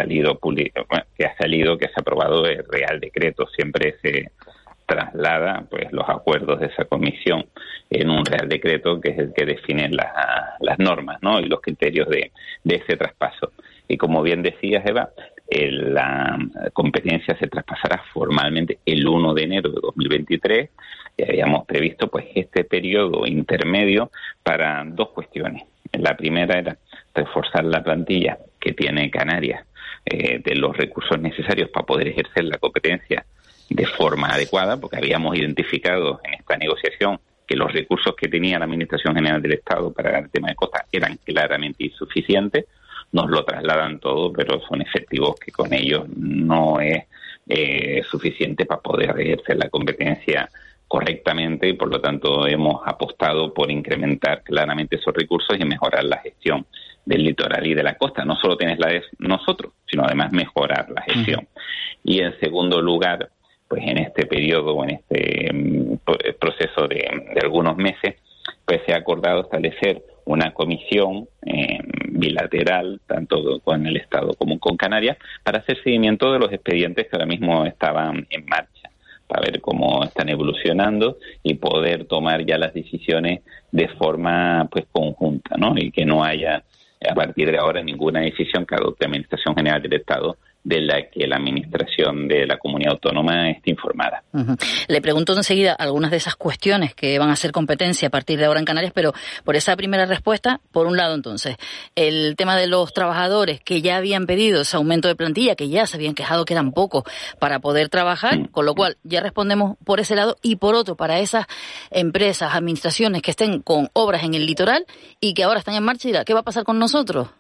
aprobado el Real Decreto. Siempre se traslada pues los acuerdos de esa comisión en un Real Decreto que es el que define las normas, ¿no? Y los criterios de ese traspaso. Y como bien decías, Eva, la competencia se traspasará formalmente el 1 de enero de 2023 y habíamos previsto pues este periodo intermedio para 2 cuestiones. La primera era reforzar la plantilla que tiene Canarias de los recursos necesarios para poder ejercer la competencia de forma adecuada, porque habíamos identificado en esta negociación que los recursos que tenía la Administración General del Estado para el tema de costas eran claramente insuficientes. Nos lo trasladan todo, pero son efectivos que con ellos no es suficiente para poder ejercer la competencia correctamente, y por lo tanto hemos apostado por incrementar claramente esos recursos y mejorar la gestión del litoral y de la costa. No solo tienes la de nosotros, sino además mejorar la gestión. Y en segundo lugar, pues en este periodo o en este proceso de algunos meses, pues se ha acordado establecer una comisión bilateral, tanto con el Estado como con Canarias, para hacer seguimiento de los expedientes que ahora mismo estaban en marcha, para ver cómo están evolucionando y poder tomar ya las decisiones de forma pues conjunta, ¿no? Y que no haya a partir de ahora ninguna decisión que adopte la Administración General del Estado de la que la Administración de la Comunidad Autónoma esté informada. Le pregunto enseguida algunas de esas cuestiones que van a ser competencia a partir de ahora en Canarias, pero por esa primera respuesta, por un lado entonces, el tema de los trabajadores que ya habían pedido ese aumento de plantilla, que ya se habían quejado que eran pocos para poder trabajar, con lo cual ya respondemos por ese lado, y por otro, para esas empresas, administraciones que estén con obras en el litoral y que ahora están en marcha, y dirá, ¿qué va a pasar con nosotros?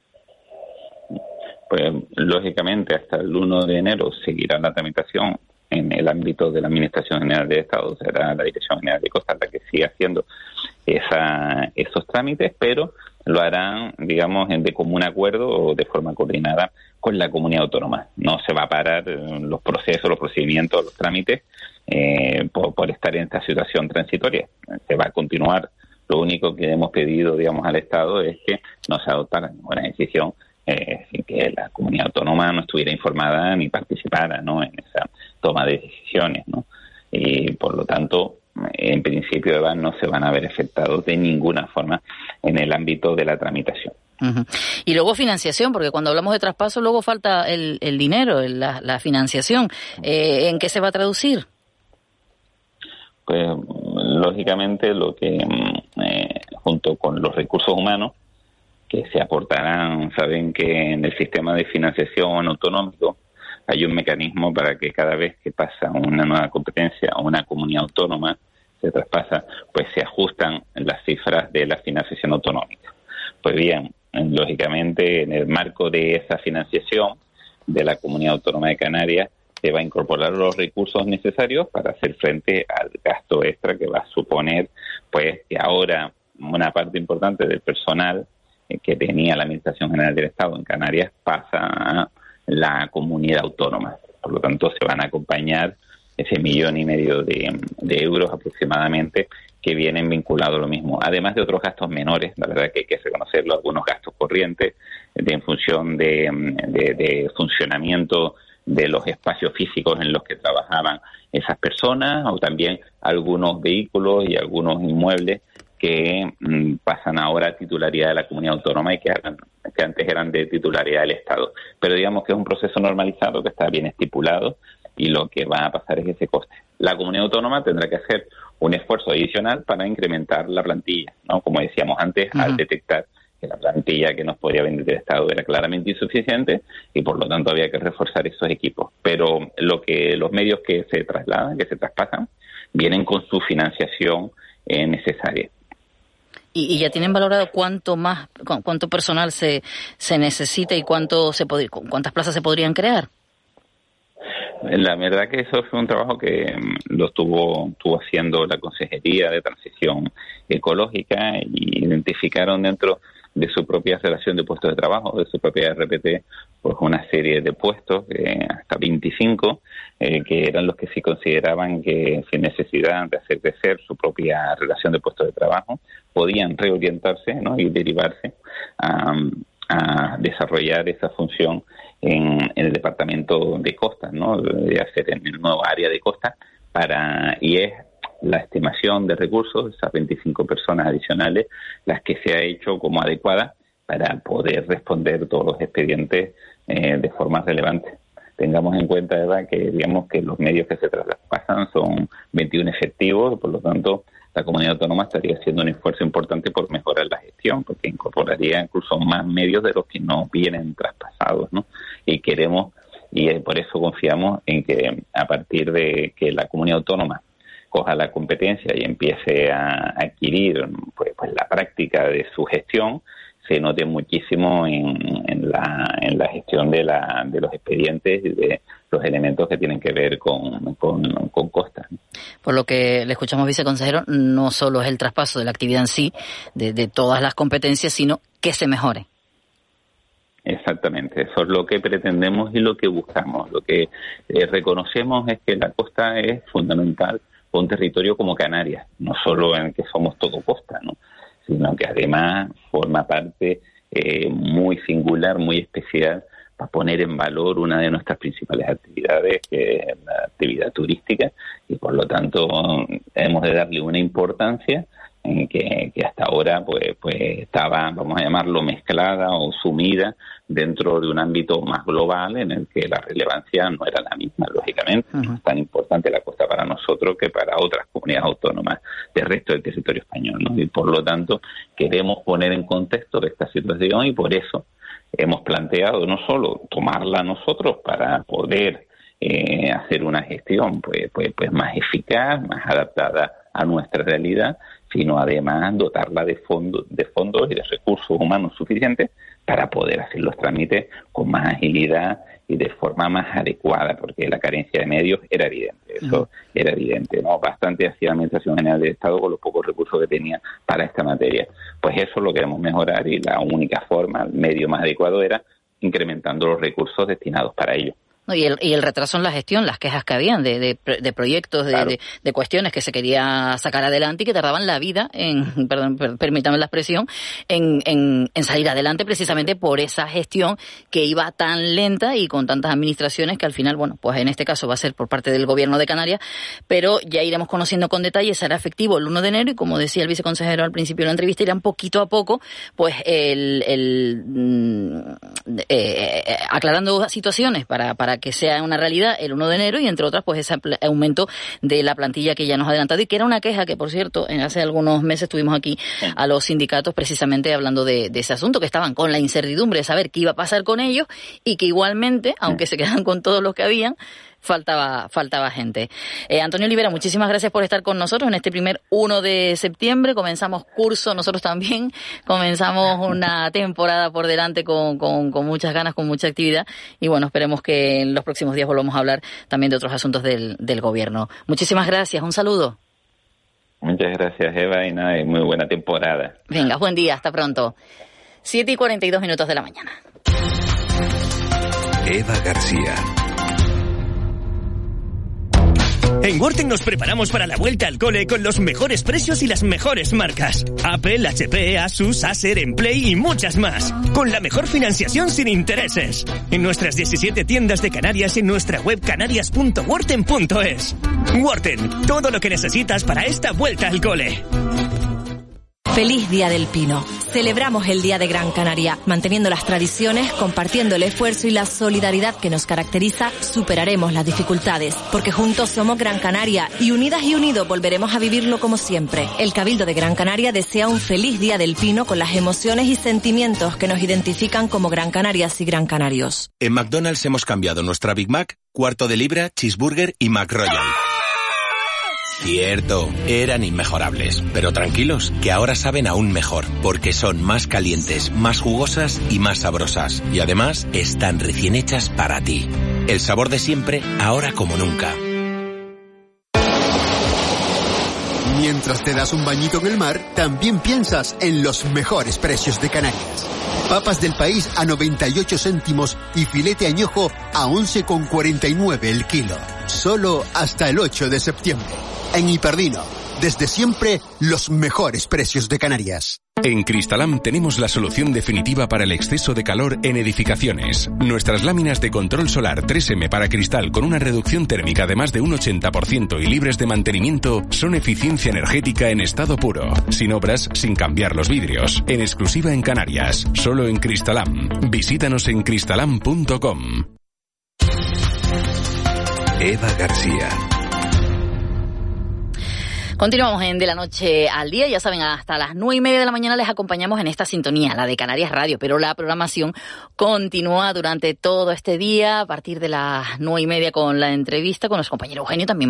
Pues lógicamente hasta el 1 de enero seguirá la tramitación en el ámbito de la Administración General del Estado, será la Dirección General de Costas la que siga haciendo esos trámites, pero lo harán, digamos, de común acuerdo o de forma coordinada con la comunidad autónoma. No se va a parar los procesos, los procedimientos, los trámites por estar en esta situación transitoria. Se va a continuar. Lo único que hemos pedido, digamos, al Estado es que no se adoptara ninguna decisión sin que la comunidad autónoma no estuviera informada ni participara, ¿no?, en esa toma de decisiones, ¿no? Y por lo tanto, en principio, no se van a ver afectados de ninguna forma en el ámbito de la tramitación. Y luego financiación, porque cuando hablamos de traspaso luego falta el dinero, la financiación. ¿En qué se va a traducir? Pues lógicamente lo que junto con los recursos humanos que se aportarán, saben que en el sistema de financiación autonómico hay un mecanismo para que cada vez que pasa una nueva competencia a una comunidad autónoma, se traspasa, pues se ajustan las cifras de la financiación autonómica. Pues bien, lógicamente en el marco de esa financiación de la Comunidad Autónoma de Canarias se va a incorporar los recursos necesarios para hacer frente al gasto extra que va a suponer, pues que ahora una parte importante del personal que tenía la Administración General del Estado en Canarias pasa a la comunidad autónoma. Por lo tanto, se van a acompañar ese 1,5 millones de euros aproximadamente que vienen vinculados a lo mismo. Además de otros gastos menores, la verdad que hay que reconocerlo, algunos gastos corrientes en función de funcionamiento de los espacios físicos en los que trabajaban esas personas, o también algunos vehículos y algunos inmuebles que pasan ahora a titularidad de la comunidad autónoma y que antes eran de titularidad del Estado. Pero digamos que es un proceso normalizado que está bien estipulado y lo que va a pasar es ese coste. La comunidad autónoma tendrá que hacer un esfuerzo adicional para incrementar la plantilla, ¿no? Como decíamos antes, al detectar que la plantilla que nos podía venir del Estado era claramente insuficiente y por lo tanto había que reforzar esos equipos. Pero los medios que se trasladan, que se traspasan, vienen con su financiación necesaria. ¿Y ya tienen valorado cuánto personal se necesita y cuántas plazas se podrían crear? La verdad que eso fue un trabajo que lo estuvo haciendo la Consejería de Transición Ecológica y identificaron dentro de su propia relación de puestos de trabajo, de su propia RPT, pues una serie de puestos, hasta 25, que eran los que sí consideraban que sin necesidad de hacer crecer su propia relación de puestos de trabajo, podían reorientarse, ¿no?, y derivarse a desarrollar esa función en el departamento de costas, ¿no?, de hacer en el nuevo área de costas, y es la estimación de recursos, esas 25 personas adicionales, las que se ha hecho como adecuadas para poder responder todos los expedientes de forma relevante. Tengamos en cuenta, ¿verdad?, que digamos que los medios que se traspasan son 21 efectivos, por lo tanto la comunidad autónoma estaría haciendo un esfuerzo importante por mejorar la gestión, porque incorporaría incluso más medios de los que no vienen traspasados, ¿no? Y queremos, y por eso confiamos en que a partir de que la comunidad autónoma coja la competencia y empiece a adquirir pues la práctica de su gestión, se note muchísimo en la gestión de los expedientes y de los elementos que tienen que ver con costas. Por lo que le escuchamos, viceconsejero, no solo es el traspaso de la actividad en sí, de todas las competencias, sino que se mejore. Exactamente, eso es lo que pretendemos y lo que buscamos. Lo que reconocemos es que la costa es fundamental para un territorio como Canarias, no solo en que somos todo costa, ¿no?, sino que además forma parte muy singular, muy especial, para poner en valor una de nuestras principales actividades, que es la actividad turística, y por lo tanto hemos de darle una importancia que hasta ahora pues estaba, vamos a llamarlo, mezclada o sumida dentro de un ámbito más global en el que la relevancia no era la misma, lógicamente. No es tan importante la costa para nosotros que para otras comunidades autónomas del resto del territorio español, ¿no? Y por lo tanto queremos poner en contexto esta situación, y por eso hemos planteado no solo tomarla nosotros para poder hacer una gestión pues más eficaz, más adaptada a nuestra realidad, sino además dotarla de fondos y de recursos humanos suficientes para poder hacer los trámites con más agilidad y de forma más adecuada, porque la carencia de medios era evidente, eso era evidente, ¿no? Bastante hacía la Administración General del Estado con los pocos recursos que tenía para esta materia. Pues eso lo queremos mejorar, y la única forma, el medio más adecuado era incrementando los recursos destinados para ello. No, y el retraso en la gestión, las quejas que habían de proyectos, claro, de cuestiones que se quería sacar adelante y que tardaban la vida permítame la expresión, en salir adelante, precisamente por esa gestión que iba tan lenta y con tantas administraciones que al final, bueno, pues en este caso va a ser por parte del Gobierno de Canarias, pero ya iremos conociendo con detalle. Será efectivo el 1 de enero y, como decía el viceconsejero al principio de la entrevista, irán poquito a poco pues aclarando situaciones para que sea una realidad el 1 de enero, y entre otras pues ese aumento de la plantilla que ya nos ha adelantado, y que era una queja que, por cierto, hace algunos meses tuvimos aquí a los sindicatos precisamente hablando de ese asunto, que estaban con la incertidumbre de saber qué iba a pasar con ellos, y que igualmente, aunque se quedaban con todos los que habían, faltaba gente. Antonio Olivera, muchísimas gracias por estar con nosotros en este primer 1 de septiembre. Comenzamos curso, nosotros también comenzamos una temporada por delante con muchas ganas, con mucha actividad, y bueno, esperemos que en los próximos días volvamos a hablar también de otros asuntos del Gobierno. Muchísimas gracias, un saludo. Muchas gracias, Eva, y nada, muy buena temporada. Venga, buen día, hasta pronto. 7:42 de la mañana. Eva García. En Worten nos preparamos para la vuelta al cole con los mejores precios y las mejores marcas. Apple, HP, Asus, Acer, Emplay y muchas más. Con la mejor financiación sin intereses. En nuestras 17 tiendas de Canarias y en nuestra web canarias.worten.es. Worten, todo lo que necesitas para esta vuelta al cole. Feliz Día del Pino. Celebramos el Día de Gran Canaria. Manteniendo las tradiciones, compartiendo el esfuerzo y la solidaridad que nos caracteriza, superaremos las dificultades. Porque juntos somos Gran Canaria y unidas y unidos volveremos a vivirlo como siempre. El Cabildo de Gran Canaria desea un feliz Día del Pino con las emociones y sentimientos que nos identifican como Gran Canarias y Gran Canarios. En McDonald's hemos cambiado nuestra Big Mac, cuarto de libra, cheeseburger y McRoyal. Cierto, eran inmejorables, pero tranquilos, que ahora saben aún mejor, porque son más calientes, más jugosas y más sabrosas. Y además, están recién hechas para ti. El sabor de siempre, ahora como nunca. Mientras te das un bañito en el mar, también piensas en los mejores precios de Canarias. Papas del país a 98 céntimos y filete añojo a 11,49 el kilo. Solo hasta el 8 de septiembre. En Hiperdino, desde siempre, los mejores precios de Canarias. En Cristalam tenemos la solución definitiva para el exceso de calor en edificaciones. Nuestras láminas de control solar 3M para cristal con una reducción térmica de más de un 80% y libres de mantenimiento son eficiencia energética en estado puro. Sin obras, sin cambiar los vidrios. En exclusiva en Canarias. Solo en Cristalam. Visítanos en cristalam.com. Eva García. Continuamos en De la Noche al Día. Ya saben, hasta las 9:30 de la mañana les acompañamos en esta sintonía, la de Canarias Radio, pero la programación continúa durante todo este día, a partir de las 9:30 con la entrevista con nuestro compañero Eugenio. También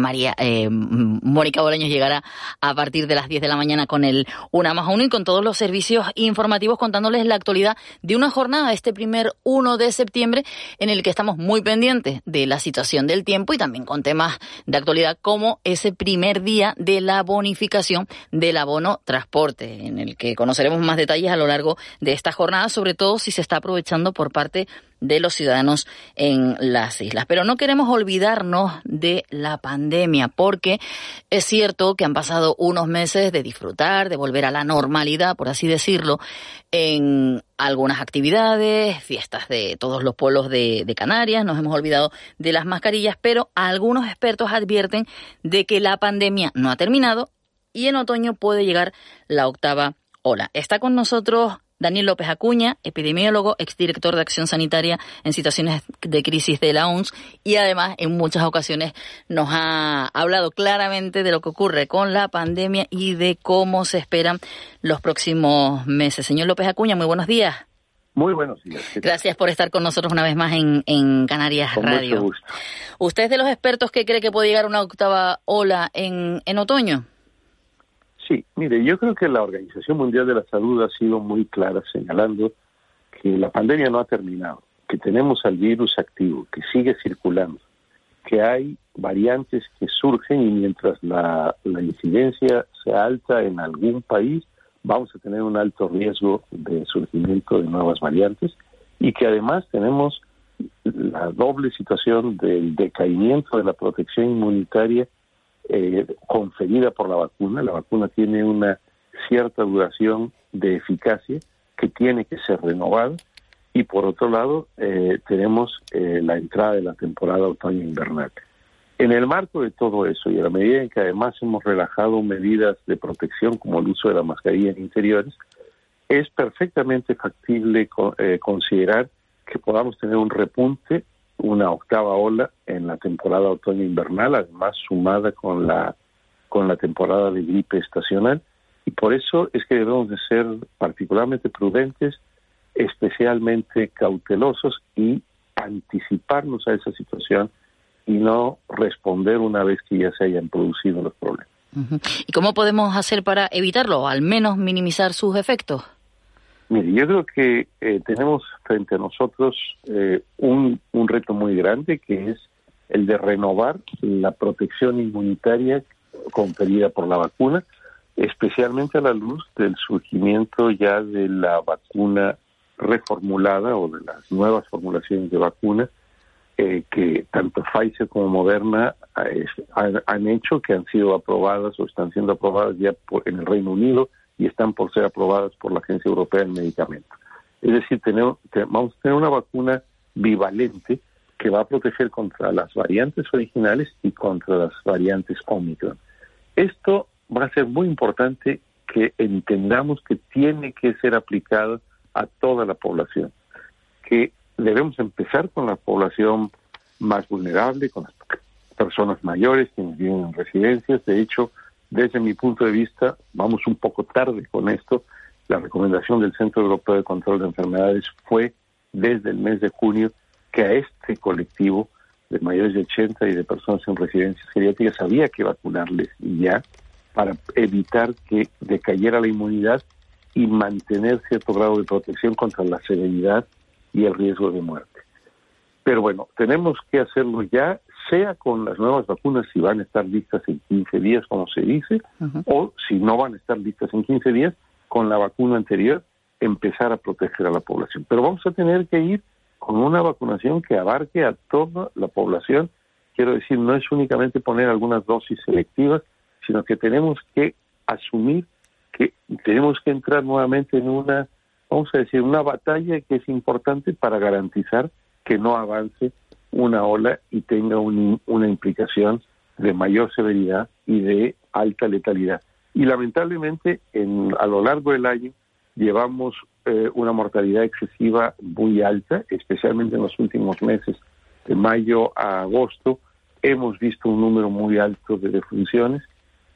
Mónica Bolaños llegará a partir de las 10 de la mañana con el Una más Uno y con todos los servicios informativos, contándoles la actualidad de una jornada, este primer 1 de septiembre, en el que estamos muy pendientes de la situación del tiempo y también con temas de actualidad como ese primer día de la bonificación del abono transporte, en el que conoceremos más detalles a lo largo de esta jornada, sobre todo si se está aprovechando por parte de los ciudadanos en las islas. Pero no queremos olvidarnos de la pandemia, porque es cierto que han pasado unos meses de disfrutar, de volver a la normalidad, por así decirlo, en algunas actividades, fiestas de todos los pueblos de Canarias, nos hemos olvidado de las mascarillas, pero algunos expertos advierten de que la pandemia no ha terminado y en otoño puede llegar la octava ola. Está con nosotros Daniel López Acuña, epidemiólogo, exdirector de Acción Sanitaria en situaciones de crisis de la OMS, y además en muchas ocasiones nos ha hablado claramente de lo que ocurre con la pandemia y de cómo se esperan los próximos meses. Señor López Acuña, muy buenos días. Muy buenos días. Gracias por estar con nosotros una vez más en Canarias con Radio. Mucho gusto. ¿Usted es de los expertos que cree que puede llegar una octava ola en otoño? Sí, mire, yo creo que la Organización Mundial de la Salud ha sido muy clara señalando que la pandemia no ha terminado, que tenemos al virus activo, que sigue circulando, que hay variantes que surgen y mientras la incidencia sea alta en algún país, vamos a tener un alto riesgo de surgimiento de nuevas variantes y que además tenemos la doble situación del decaimiento de la protección inmunitaria conferida por la vacuna. La vacuna tiene una cierta duración de eficacia que tiene que ser renovada y por otro lado tenemos la entrada de la temporada otoño-invernal. En el marco de todo eso y a la medida en que además hemos relajado medidas de protección como el uso de la mascarilla en interiores, es perfectamente factible considerar que podamos tener un repunte, una octava ola en la temporada otoño-invernal, además sumada con la temporada de gripe estacional, y por eso es que debemos de ser particularmente prudentes, especialmente cautelosos y anticiparnos a esa situación y no responder una vez que ya se hayan producido los problemas. Uh-huh. ¿Y cómo podemos hacer para evitarlo o al menos minimizar sus efectos? Mire, yo creo que tenemos frente a nosotros un reto muy grande, que es el de renovar la protección inmunitaria conferida por la vacuna, especialmente a la luz del surgimiento ya de la vacuna reformulada o de las nuevas formulaciones de vacuna que tanto Pfizer como Moderna han hecho, que han sido aprobadas o están siendo aprobadas ya en el Reino Unido y están por ser aprobadas por la Agencia Europea del Medicamento. Es decir, vamos a tener una vacuna bivalente que va a proteger contra las variantes originales y contra las variantes Omicron. Esto va a ser muy importante que entendamos que tiene que ser aplicado a toda la población, que debemos empezar con la población más vulnerable, con las personas mayores, quienes viven en residencias. De hecho, desde mi punto de vista, vamos un poco tarde con esto. La recomendación del Centro Europeo de Control de Enfermedades fue desde el mes de junio que a este colectivo de mayores de 80 y de personas en residencias geriátricas había que vacunarles ya para evitar que decayera la inmunidad y mantener cierto grado de protección contra la severidad y el riesgo de muerte. Pero bueno, tenemos que hacerlo ya, sea con las nuevas vacunas si van a estar listas en 15 días, como se dice, o si no van a estar listas en 15 días, con la vacuna anterior, empezar a proteger a la población. Pero vamos a tener que ir con una vacunación que abarque a toda la población. Quiero decir, no es únicamente poner algunas dosis selectivas, sino que tenemos que asumir que tenemos que entrar nuevamente en una, vamos a decir, una batalla que es importante para garantizar que no avance una ola y tenga una implicación de mayor severidad y de alta letalidad. Y lamentablemente a lo largo del año llevamos una mortalidad excesiva muy alta, especialmente en los últimos meses, de mayo a agosto. Hemos visto un número muy alto de defunciones.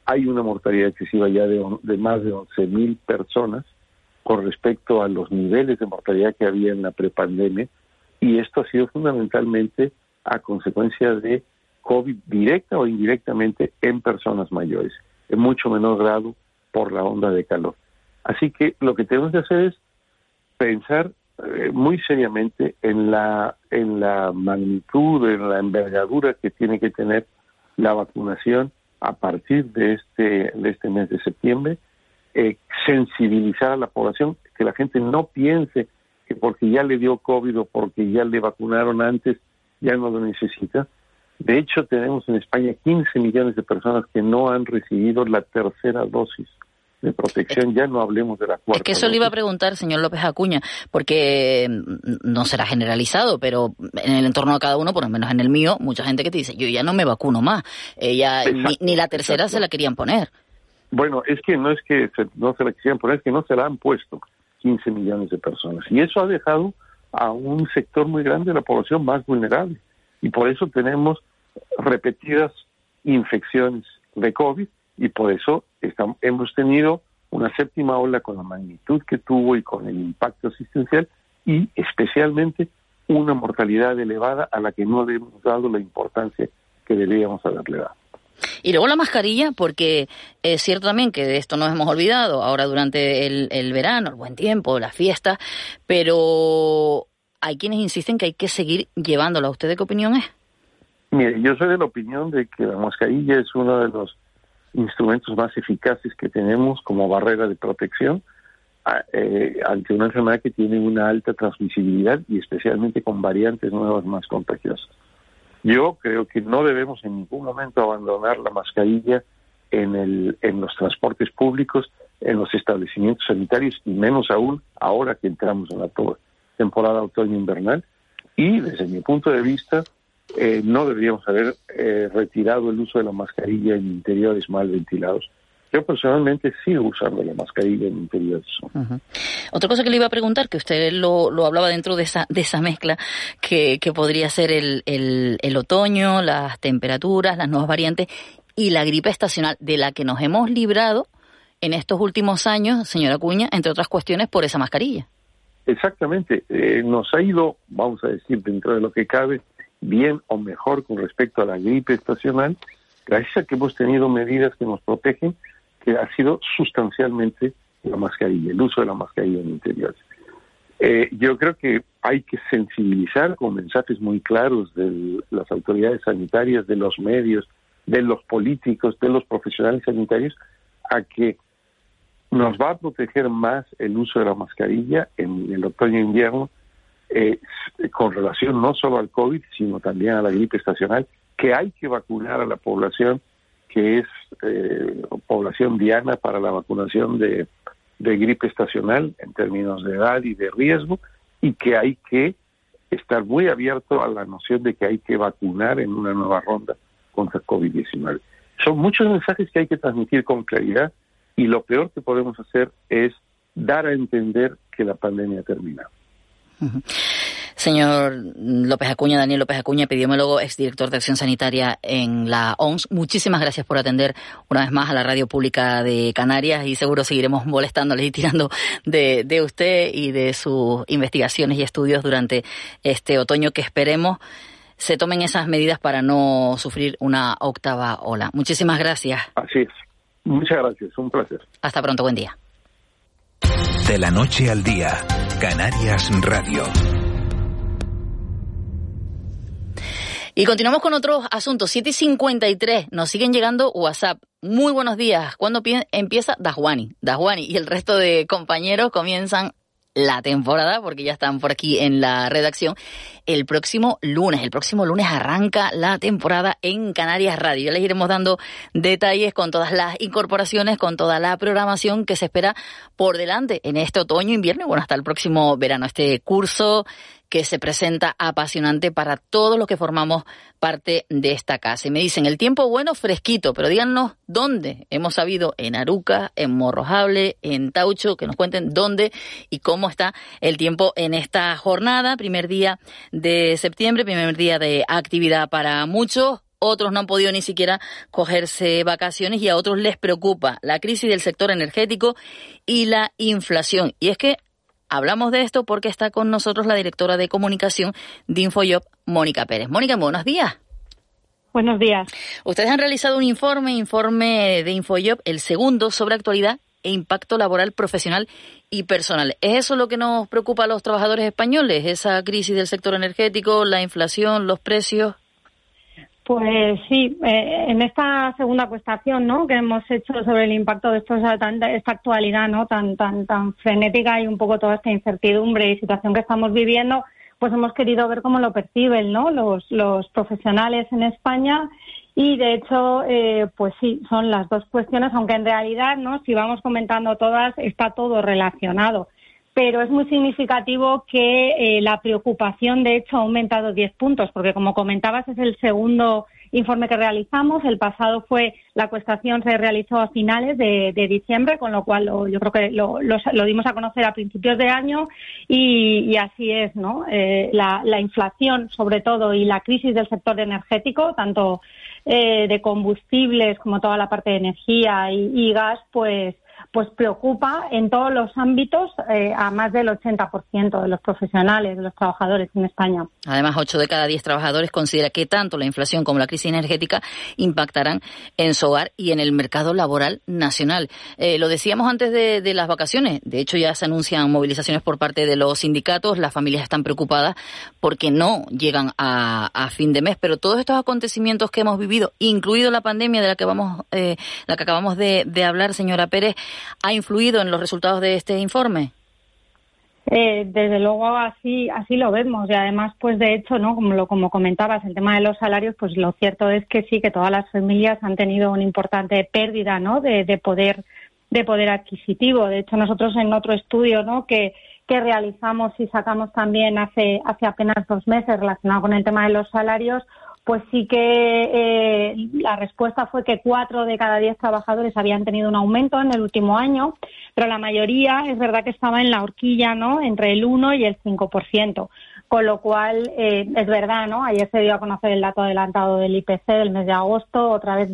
hay una mortalidad excesiva ya de más de 11.000 personas con respecto a los niveles de mortalidad que había en la prepandemia, y esto ha sido fundamentalmente a consecuencia de COVID directa o indirectamente en personas mayores, en mucho menor grado por la onda de calor. Así que lo que tenemos que hacer es pensar muy seriamente en la magnitud, en la envergadura que tiene que tener la vacunación a partir de este mes de septiembre, sensibilizar a la población, que la gente no piense que porque ya le dio COVID o porque ya le vacunaron antes, ya no lo necesita. De hecho, tenemos en España 15 millones de personas que no han recibido la tercera dosis de protección, ya no hablemos de la cuarta. Es que eso le iba a preguntar, señor López Acuña, porque no será generalizado, pero en el entorno de cada uno, por lo menos en el mío, mucha gente que te dice, yo ya no me vacuno más, ni la tercera se la querían poner. Bueno, es que no se la quisieran poner, es que no se la han puesto 15 millones de personas. Y eso ha dejado a un sector muy grande de la población más vulnerable. Y por eso tenemos repetidas infecciones de COVID, y por eso hemos tenido una séptima ola con la magnitud que tuvo y con el impacto asistencial, y especialmente una mortalidad elevada a la que no le hemos dado la importancia que deberíamos haberle dado. Y luego la mascarilla, porque es cierto también que de esto nos hemos olvidado ahora durante el verano, el buen tiempo, las fiestas, pero hay quienes insisten que hay que seguir llevándola. ¿Usted de qué opinión es? Mire, yo soy de la opinión de que la mascarilla es uno de los instrumentos más eficaces que tenemos como barrera de protección ante una enfermedad que tiene una alta transmisibilidad y especialmente con variantes nuevas más contagiosas. Yo creo que no debemos en ningún momento abandonar la mascarilla en los transportes públicos, en los establecimientos sanitarios, y menos aún ahora que entramos en la temporada otoño-invernal. Y desde mi punto de vista, no deberíamos haber retirado el uso de la mascarilla en interiores mal ventilados. Yo personalmente sigo usando la mascarilla en interiores. Uh-huh. Otra cosa que le iba a preguntar, que usted lo hablaba dentro de esa mezcla que podría ser el otoño, las temperaturas, las nuevas variantes y la gripe estacional, de la que nos hemos librado en estos últimos años, señora Acuña, entre otras cuestiones, por esa mascarilla. Exactamente. Nos ha ido, vamos a decir, dentro de lo que cabe, bien o mejor con respecto a la gripe estacional, gracias a que hemos tenido medidas que nos protegen, que ha sido sustancialmente la mascarilla, el uso de la mascarilla en interiores. Yo creo que hay que sensibilizar con mensajes muy claros de las autoridades sanitarias, de los medios, de los políticos, de los profesionales sanitarios, a que nos va a proteger más el uso de la mascarilla en el otoño e invierno, con relación no solo al COVID, sino también a la gripe estacional, que hay que vacunar a la población, que es población diana para la vacunación de gripe estacional en términos de edad y de riesgo, y que hay que estar muy abierto a la noción de que hay que vacunar en una nueva ronda contra COVID-19. Son muchos mensajes que hay que transmitir con claridad, y lo peor que podemos hacer es dar a entender que la pandemia ha terminado. Uh-huh. Señor López Acuña, Daniel López Acuña, epidemiólogo, exdirector de Acción Sanitaria en la OMS, muchísimas gracias por atender una vez más a la Radio Pública de Canarias, y seguro seguiremos molestándoles y tirando de usted y de sus investigaciones y estudios durante este otoño, que esperemos se tomen esas medidas para no sufrir una octava ola. Muchísimas gracias. Así es. Muchas gracias. Un placer. Hasta pronto. Buen día. De la noche al día, Canarias Radio. Y continuamos con otros asuntos. 7:53. Nos siguen llegando WhatsApp. Muy buenos días. ¿Cuándo empieza Dajuani y el resto de compañeros comienzan la temporada? Porque ya están por aquí en la redacción. El próximo lunes arranca la temporada en Canarias Radio. Ya les iremos dando detalles con todas las incorporaciones, con toda la programación que se espera por delante en este otoño, invierno y bueno, hasta el próximo verano. Este curso que se presenta apasionante para todos los que formamos parte de esta casa. Y me dicen, el tiempo bueno, fresquito, pero díganos dónde. Hemos sabido en Aruca, en Morrojable, en Taucho, que nos cuenten dónde y cómo está el tiempo en esta jornada. Primer día de septiembre, primer día de actividad para muchos. otros no han podido ni siquiera cogerse vacaciones y a otros les preocupa la crisis del sector energético y la inflación. Y es que hablamos de esto porque está con nosotros la directora de comunicación de Infojob, Mónica Pérez. Mónica, buenos días. Buenos días. Ustedes han realizado un informe de Infojob, el segundo, sobre actualidad e impacto laboral, profesional y personal. ¿Es eso lo que nos preocupa a los trabajadores españoles? ¿Esa crisis del sector energético, la inflación, los precios? Pues sí, en esta segunda acuestación, ¿no?, que hemos hecho sobre el impacto de esta actualidad, ¿no?, tan frenética y un poco toda esta incertidumbre y situación que estamos viviendo, pues hemos querido ver cómo lo perciben, ¿no?, los profesionales en España. Y de hecho, pues sí, son las dos cuestiones, aunque en realidad, ¿no?, si vamos comentando todas, está todo relacionado. Pero es muy significativo que la preocupación, de hecho, ha aumentado 10 puntos, porque como comentabas, es el segundo informe que realizamos. El pasado la acuestación se realizó a finales de diciembre, con lo cual yo creo que lo dimos a conocer a principios de año y así es, ¿no? La inflación, sobre todo, y la crisis del sector energético, tanto de combustibles como toda la parte de energía y gas, pues preocupa en todos los ámbitos a más del 80% de los profesionales, de los trabajadores en España. Además, 8 de cada 10 trabajadores considera que tanto la inflación como la crisis energética impactarán en su hogar y en el mercado laboral nacional. Lo decíamos antes de las vacaciones. De hecho, ya se anuncian movilizaciones por parte de los sindicatos. Las familias están preocupadas porque no llegan a fin de mes. Pero todos estos acontecimientos que hemos vivido, incluido la pandemia de la que acabamos de hablar, señora Pérez, ¿ha influido en los resultados de este informe? Desde luego así lo vemos, y además, pues de hecho, ¿no?, como comentabas, el tema de los salarios, pues lo cierto es que sí, que todas las familias han tenido una importante pérdida, ¿no?, de poder adquisitivo. De hecho, nosotros en otro estudio, ¿no?, que realizamos y sacamos también hace apenas 2 meses relacionado con el tema de los salarios, pues sí que la respuesta fue que 4 de cada 10 trabajadores habían tenido un aumento en el último año, pero la mayoría es verdad que estaba en la horquilla, ¿no?, entre el 1 y el 5%, con lo cual es verdad, ¿no?, ayer se dio a conocer el dato adelantado del IPC del mes de agosto, otra vez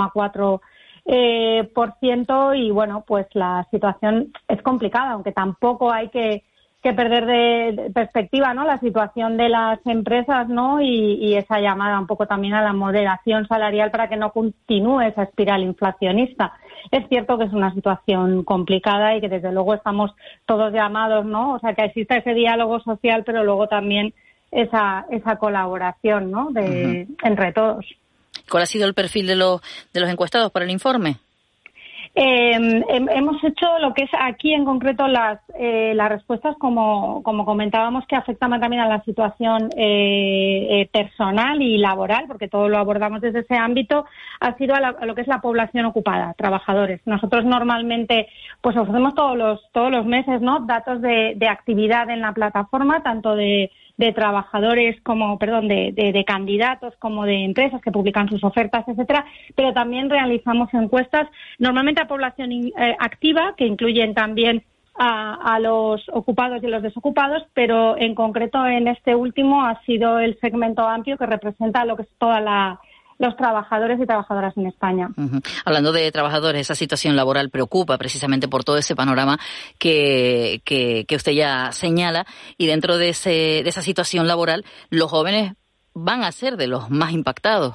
10,4%, y bueno, pues la situación es complicada, aunque tampoco hay que perder de perspectiva, ¿no?, la situación de las empresas, ¿no?, y esa llamada un poco también a la moderación salarial para que no continúe esa espiral inflacionista. Es cierto que es una situación complicada y que desde luego estamos todos llamados, ¿no?, o sea, que exista ese diálogo social, pero luego también esa colaboración, ¿no?, entre todos. ¿Cuál ha sido el perfil de los encuestados para el informe? Hemos hecho lo que es aquí en concreto las respuestas, como comentábamos, que afectan también a la situación personal y laboral, porque todo lo abordamos desde ese ámbito, ha sido a lo que es la población ocupada, trabajadores. Nosotros normalmente pues ofrecemos todos los meses, ¿no?, datos de actividad en la plataforma, tanto de trabajadores de candidatos como de empresas que publican sus ofertas, etcétera, pero también realizamos encuestas normalmente a población activa, que incluyen también a los ocupados y los desocupados, pero en concreto en este último ha sido el segmento amplio que representa lo que es los trabajadores y trabajadoras en España. Uh-huh. Hablando de trabajadores, esa situación laboral preocupa precisamente por todo ese panorama que usted ya señala, y dentro de esa situación laboral, los jóvenes van a ser de los más impactados.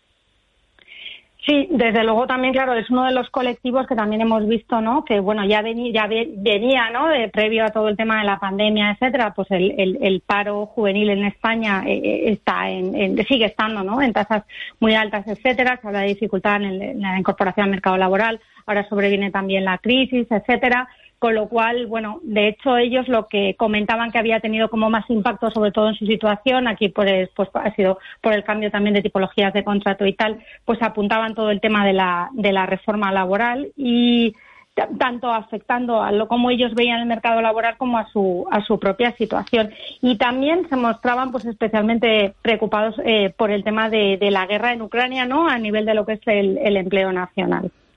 Sí, desde luego también, claro, es uno de los colectivos que también hemos visto, ¿no?, que bueno, ya venía, ¿no?, previo a todo el tema de la pandemia, etcétera, pues el paro juvenil en España sigue estando, ¿no?, en tasas muy altas, etcétera. Se habla de dificultad en la incorporación al mercado laboral, ahora sobreviene también la crisis, etcétera. Con lo cual, bueno, de hecho ellos lo que comentaban que había tenido como más impacto, sobre todo en su situación, aquí pues ha sido por el cambio también de tipologías de contrato y tal, pues apuntaban todo el tema de la reforma laboral y tanto afectando a cómo ellos veían el mercado laboral como a su propia situación. Y también se mostraban pues especialmente preocupados por el tema de la guerra en Ucrania, ¿no?, a nivel de lo que es el empleo nacional.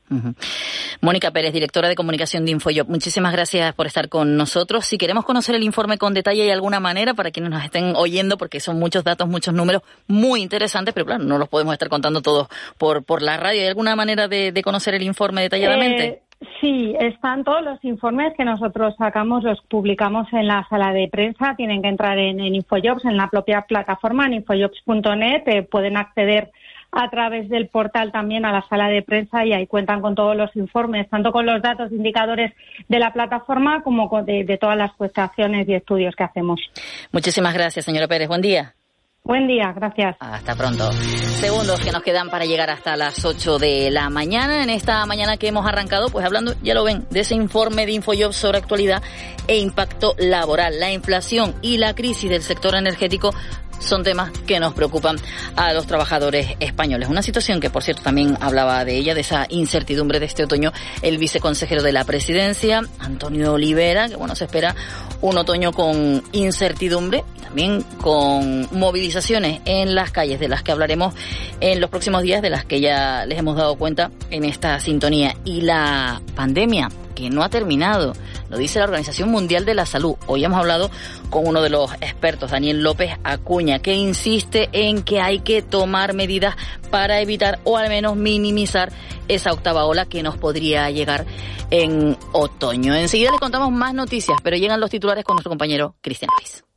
Mónica Pérez, directora de comunicación de Infojob, muchísimas gracias por estar con nosotros. Si queremos conocer el informe con detalle, ¿hay alguna manera para quienes nos estén oyendo? Porque son muchos datos, muchos números muy interesantes, pero claro, no los podemos estar contando todos por la radio. ¿Hay alguna manera de conocer el informe detalladamente? Sí, están todos los informes que nosotros sacamos, los publicamos en la sala de prensa. Tienen que entrar en Infojobs, en la propia plataforma, en infojobs.net. Pueden acceder a través del portal también a la sala de prensa y ahí cuentan con todos los informes, tanto con los datos indicadores de la plataforma como de todas las cuestaciones y estudios que hacemos. Muchísimas gracias, señora Pérez. Buen día. Buen día, gracias. Hasta pronto. Segundos que nos quedan para llegar hasta las 8 de la mañana. En esta mañana que hemos arrancado, pues hablando, ya lo ven, de ese informe de Infojobs sobre actualidad e impacto laboral. La inflación y la crisis del sector energético son temas que nos preocupan a los trabajadores españoles. Una situación que, por cierto, también hablaba de ella, de esa incertidumbre de este otoño, el viceconsejero de la Presidencia, Antonio Olivera, que se espera un otoño con incertidumbre, también con movilizaciones en las calles, de las que hablaremos en los próximos días, de las que ya les hemos dado cuenta en esta sintonía. Y la pandemia, que no ha terminado, lo dice la Organización Mundial de la Salud. Hoy hemos hablado con uno de los expertos, Daniel López Acuña, que insiste en que hay que tomar medidas para evitar o al menos minimizar esa octava ola que nos podría llegar en otoño. Enseguida les contamos más noticias, pero llegan los titulares con nuestro compañero Cristian Luis.